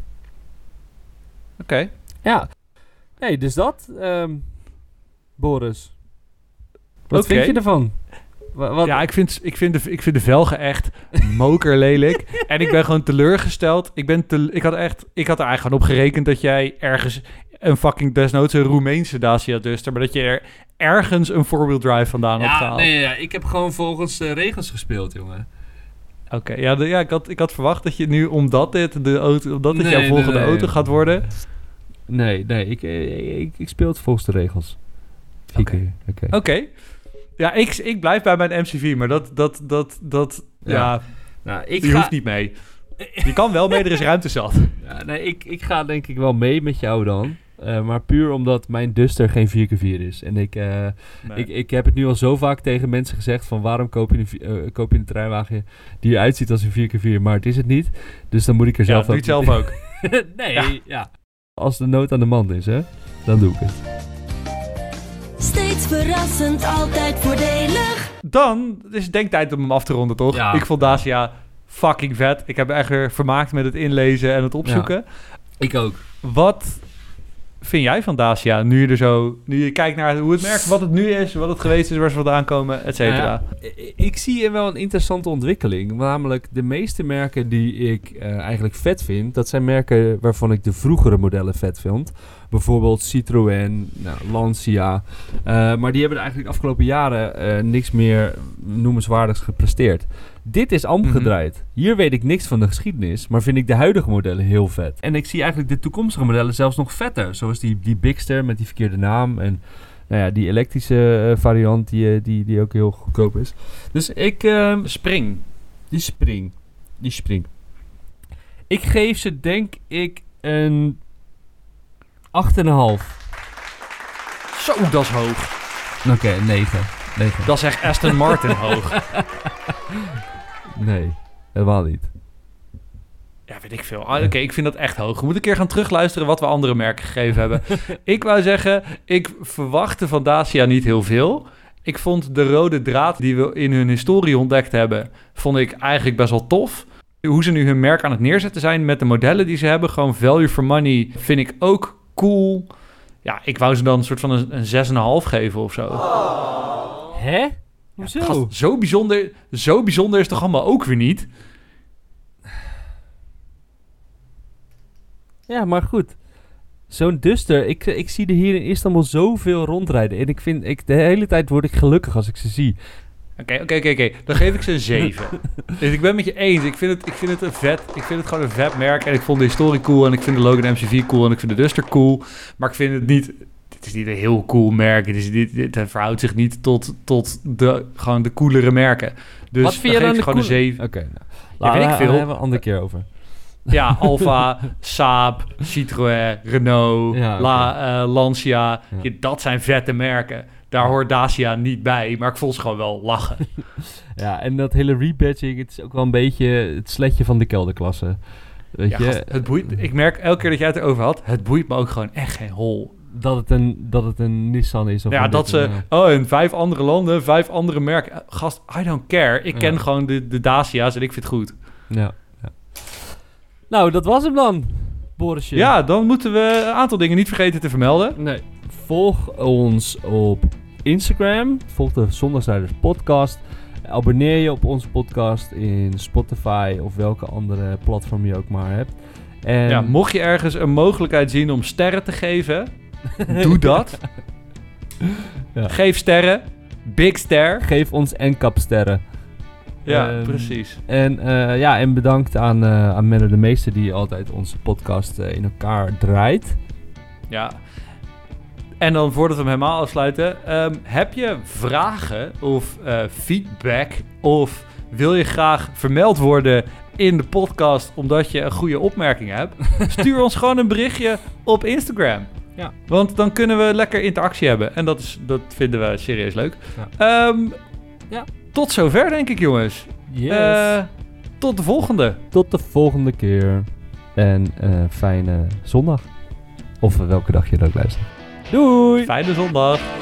Oké. Ja. Nee, dus dat. Boris. Wat vind je ervan? Wat? Ja, ik vind de velgen echt mokerlelijk. En ik ben gewoon teleurgesteld. Ik had er eigenlijk gewoon op gerekend dat jij ergens een fucking desnoods een Roemeense Dacia Duster, maar dat je er ergens een 4-wheel drive vandaan hebt gehaald. Nee, ik heb gewoon volgens de regels gespeeld, jongen. Oké, ik had verwacht dat je nu, omdat dit jouw volgende auto gaat worden. Nee, ik speel het volgens de regels. Oké. Ja, ik blijf bij mijn MCV, maar je hoeft niet mee. Je kan wel mee, er is ruimte zat. Ja, nee, ik ga denk ik wel mee met jou dan. Maar puur omdat mijn Duster geen 4x4 is. En ik heb het nu al zo vaak tegen mensen gezegd van waarom koop je een terreinwagen die eruit ziet als een 4x4, maar het is het niet. Dus dan moet ik er zelf ook... doe het zelf ook. Nee, ja. Als de nood aan de man is, hè, dan doe ik het. Steeds verrassend, altijd voordelig. Dan is het denktijd om hem af te ronden, toch? Ja. Ik vond Dacia fucking vet. Ik heb me echt weer vermaakt met het inlezen en het opzoeken. Ja. Ik ook. Wat vind jij van Dacia? Nu je kijkt naar hoe het merk, wat het nu is, wat het geweest is, waar ze vandaan komen, et cetera. Ik zie er wel een interessante ontwikkeling. Namelijk de meeste merken die ik eigenlijk vet vind, dat zijn merken waarvan ik de vroegere modellen vet vind. Bijvoorbeeld Citroën, Lancia. Maar die hebben er eigenlijk de afgelopen jaren niks meer noemenswaardigs gepresteerd. Dit is omgedraaid. Hier weet ik niks van de geschiedenis, maar vind ik de huidige modellen heel vet. En ik zie eigenlijk de toekomstige modellen zelfs nog vetter. Zoals die Bigster met die verkeerde naam. En die elektrische variant die ook heel goedkoop is. Dus ik... Spring. Die Spring. Ik geef ze denk ik een 8,5. Zo, dat is hoog. Oké, 9. Dat is echt Aston Martin hoog. Nee, helemaal niet. Ja, weet ik veel. Oké, ik vind dat echt hoog. We moeten een keer gaan terugluisteren wat we andere merken gegeven hebben. Ik wou zeggen, ik verwachtte van Dacia niet heel veel. Ik vond de rode draad die we in hun historie ontdekt hebben, vond ik eigenlijk best wel tof. Hoe ze nu hun merk aan het neerzetten zijn met de modellen die ze hebben, gewoon value for money, vind ik ook cool. Ja, ik wou ze dan een soort van een 6,5 geven of zo. Hè? Hoezo? Ja, gast, zo bijzonder is het toch allemaal ook weer niet? Ja, maar goed. Zo'n Duster, ik zie er hier in Istanbul zoveel rondrijden. En de hele tijd word ik gelukkig als ik ze zie. Oké. Dan geef ik ze een 7. Dus ik ben met je eens. Ik vind het een vet. Ik vind het gewoon een vet merk. En ik vond de historie cool. En ik vind de Logan MCV cool. En ik vind de Duster cool. Maar ik vind het niet... Het is niet een heel cool merk. Het verhoudt zich niet tot gewoon de coolere merken. Dus wat vind je dan gewoon een 7. Oké, weet ik veel. Daar hebben we een andere keer over. Ja, Alfa, Saab, Citroën, Renault, Lancia. Ja. Dat zijn vette merken. Daar hoort Dacia niet bij, maar ik vond ze gewoon wel lachen. Ja, en dat hele rebadging, het is ook wel een beetje het sletje van de kelderklasse. Weet je? Gast, het boeit. Ik merk elke keer dat jij het erover had, het boeit me ook gewoon echt geen hol. Dat het een Nissan is. Of dat ze... in 5 andere landen, 5 andere merken. Gast, I don't care. Ik ken gewoon de Dacia's en ik vind het goed. Ja. Nou, dat was hem dan, Borisje. Ja, dan moeten we een aantal dingen niet vergeten te vermelden. Nee. Volg ons op Instagram. Volg de Zondagsrijders podcast. Abonneer je op onze podcast in Spotify of welke andere platform je ook maar hebt. En... mocht je ergens een mogelijkheid zien om sterren te geven, doe dat. Ja. Geef sterren. Big ster. Geef ons NCAP sterren. Ja, precies. En bedankt aan Menno de Meester die altijd onze podcast in elkaar draait. Ja. En dan voordat we hem helemaal afsluiten, heb je vragen of feedback of wil je graag vermeld worden in de podcast omdat je een goede opmerking hebt? Stuur ons gewoon een berichtje op Instagram. Ja. Want dan kunnen we lekker interactie hebben. En dat vinden we serieus leuk. Ja. Tot zover, denk ik, jongens. Yes. Tot de volgende. Tot de volgende keer. En fijne zondag. Of welke dag je er ook luistert. Doei! Fijne zondag.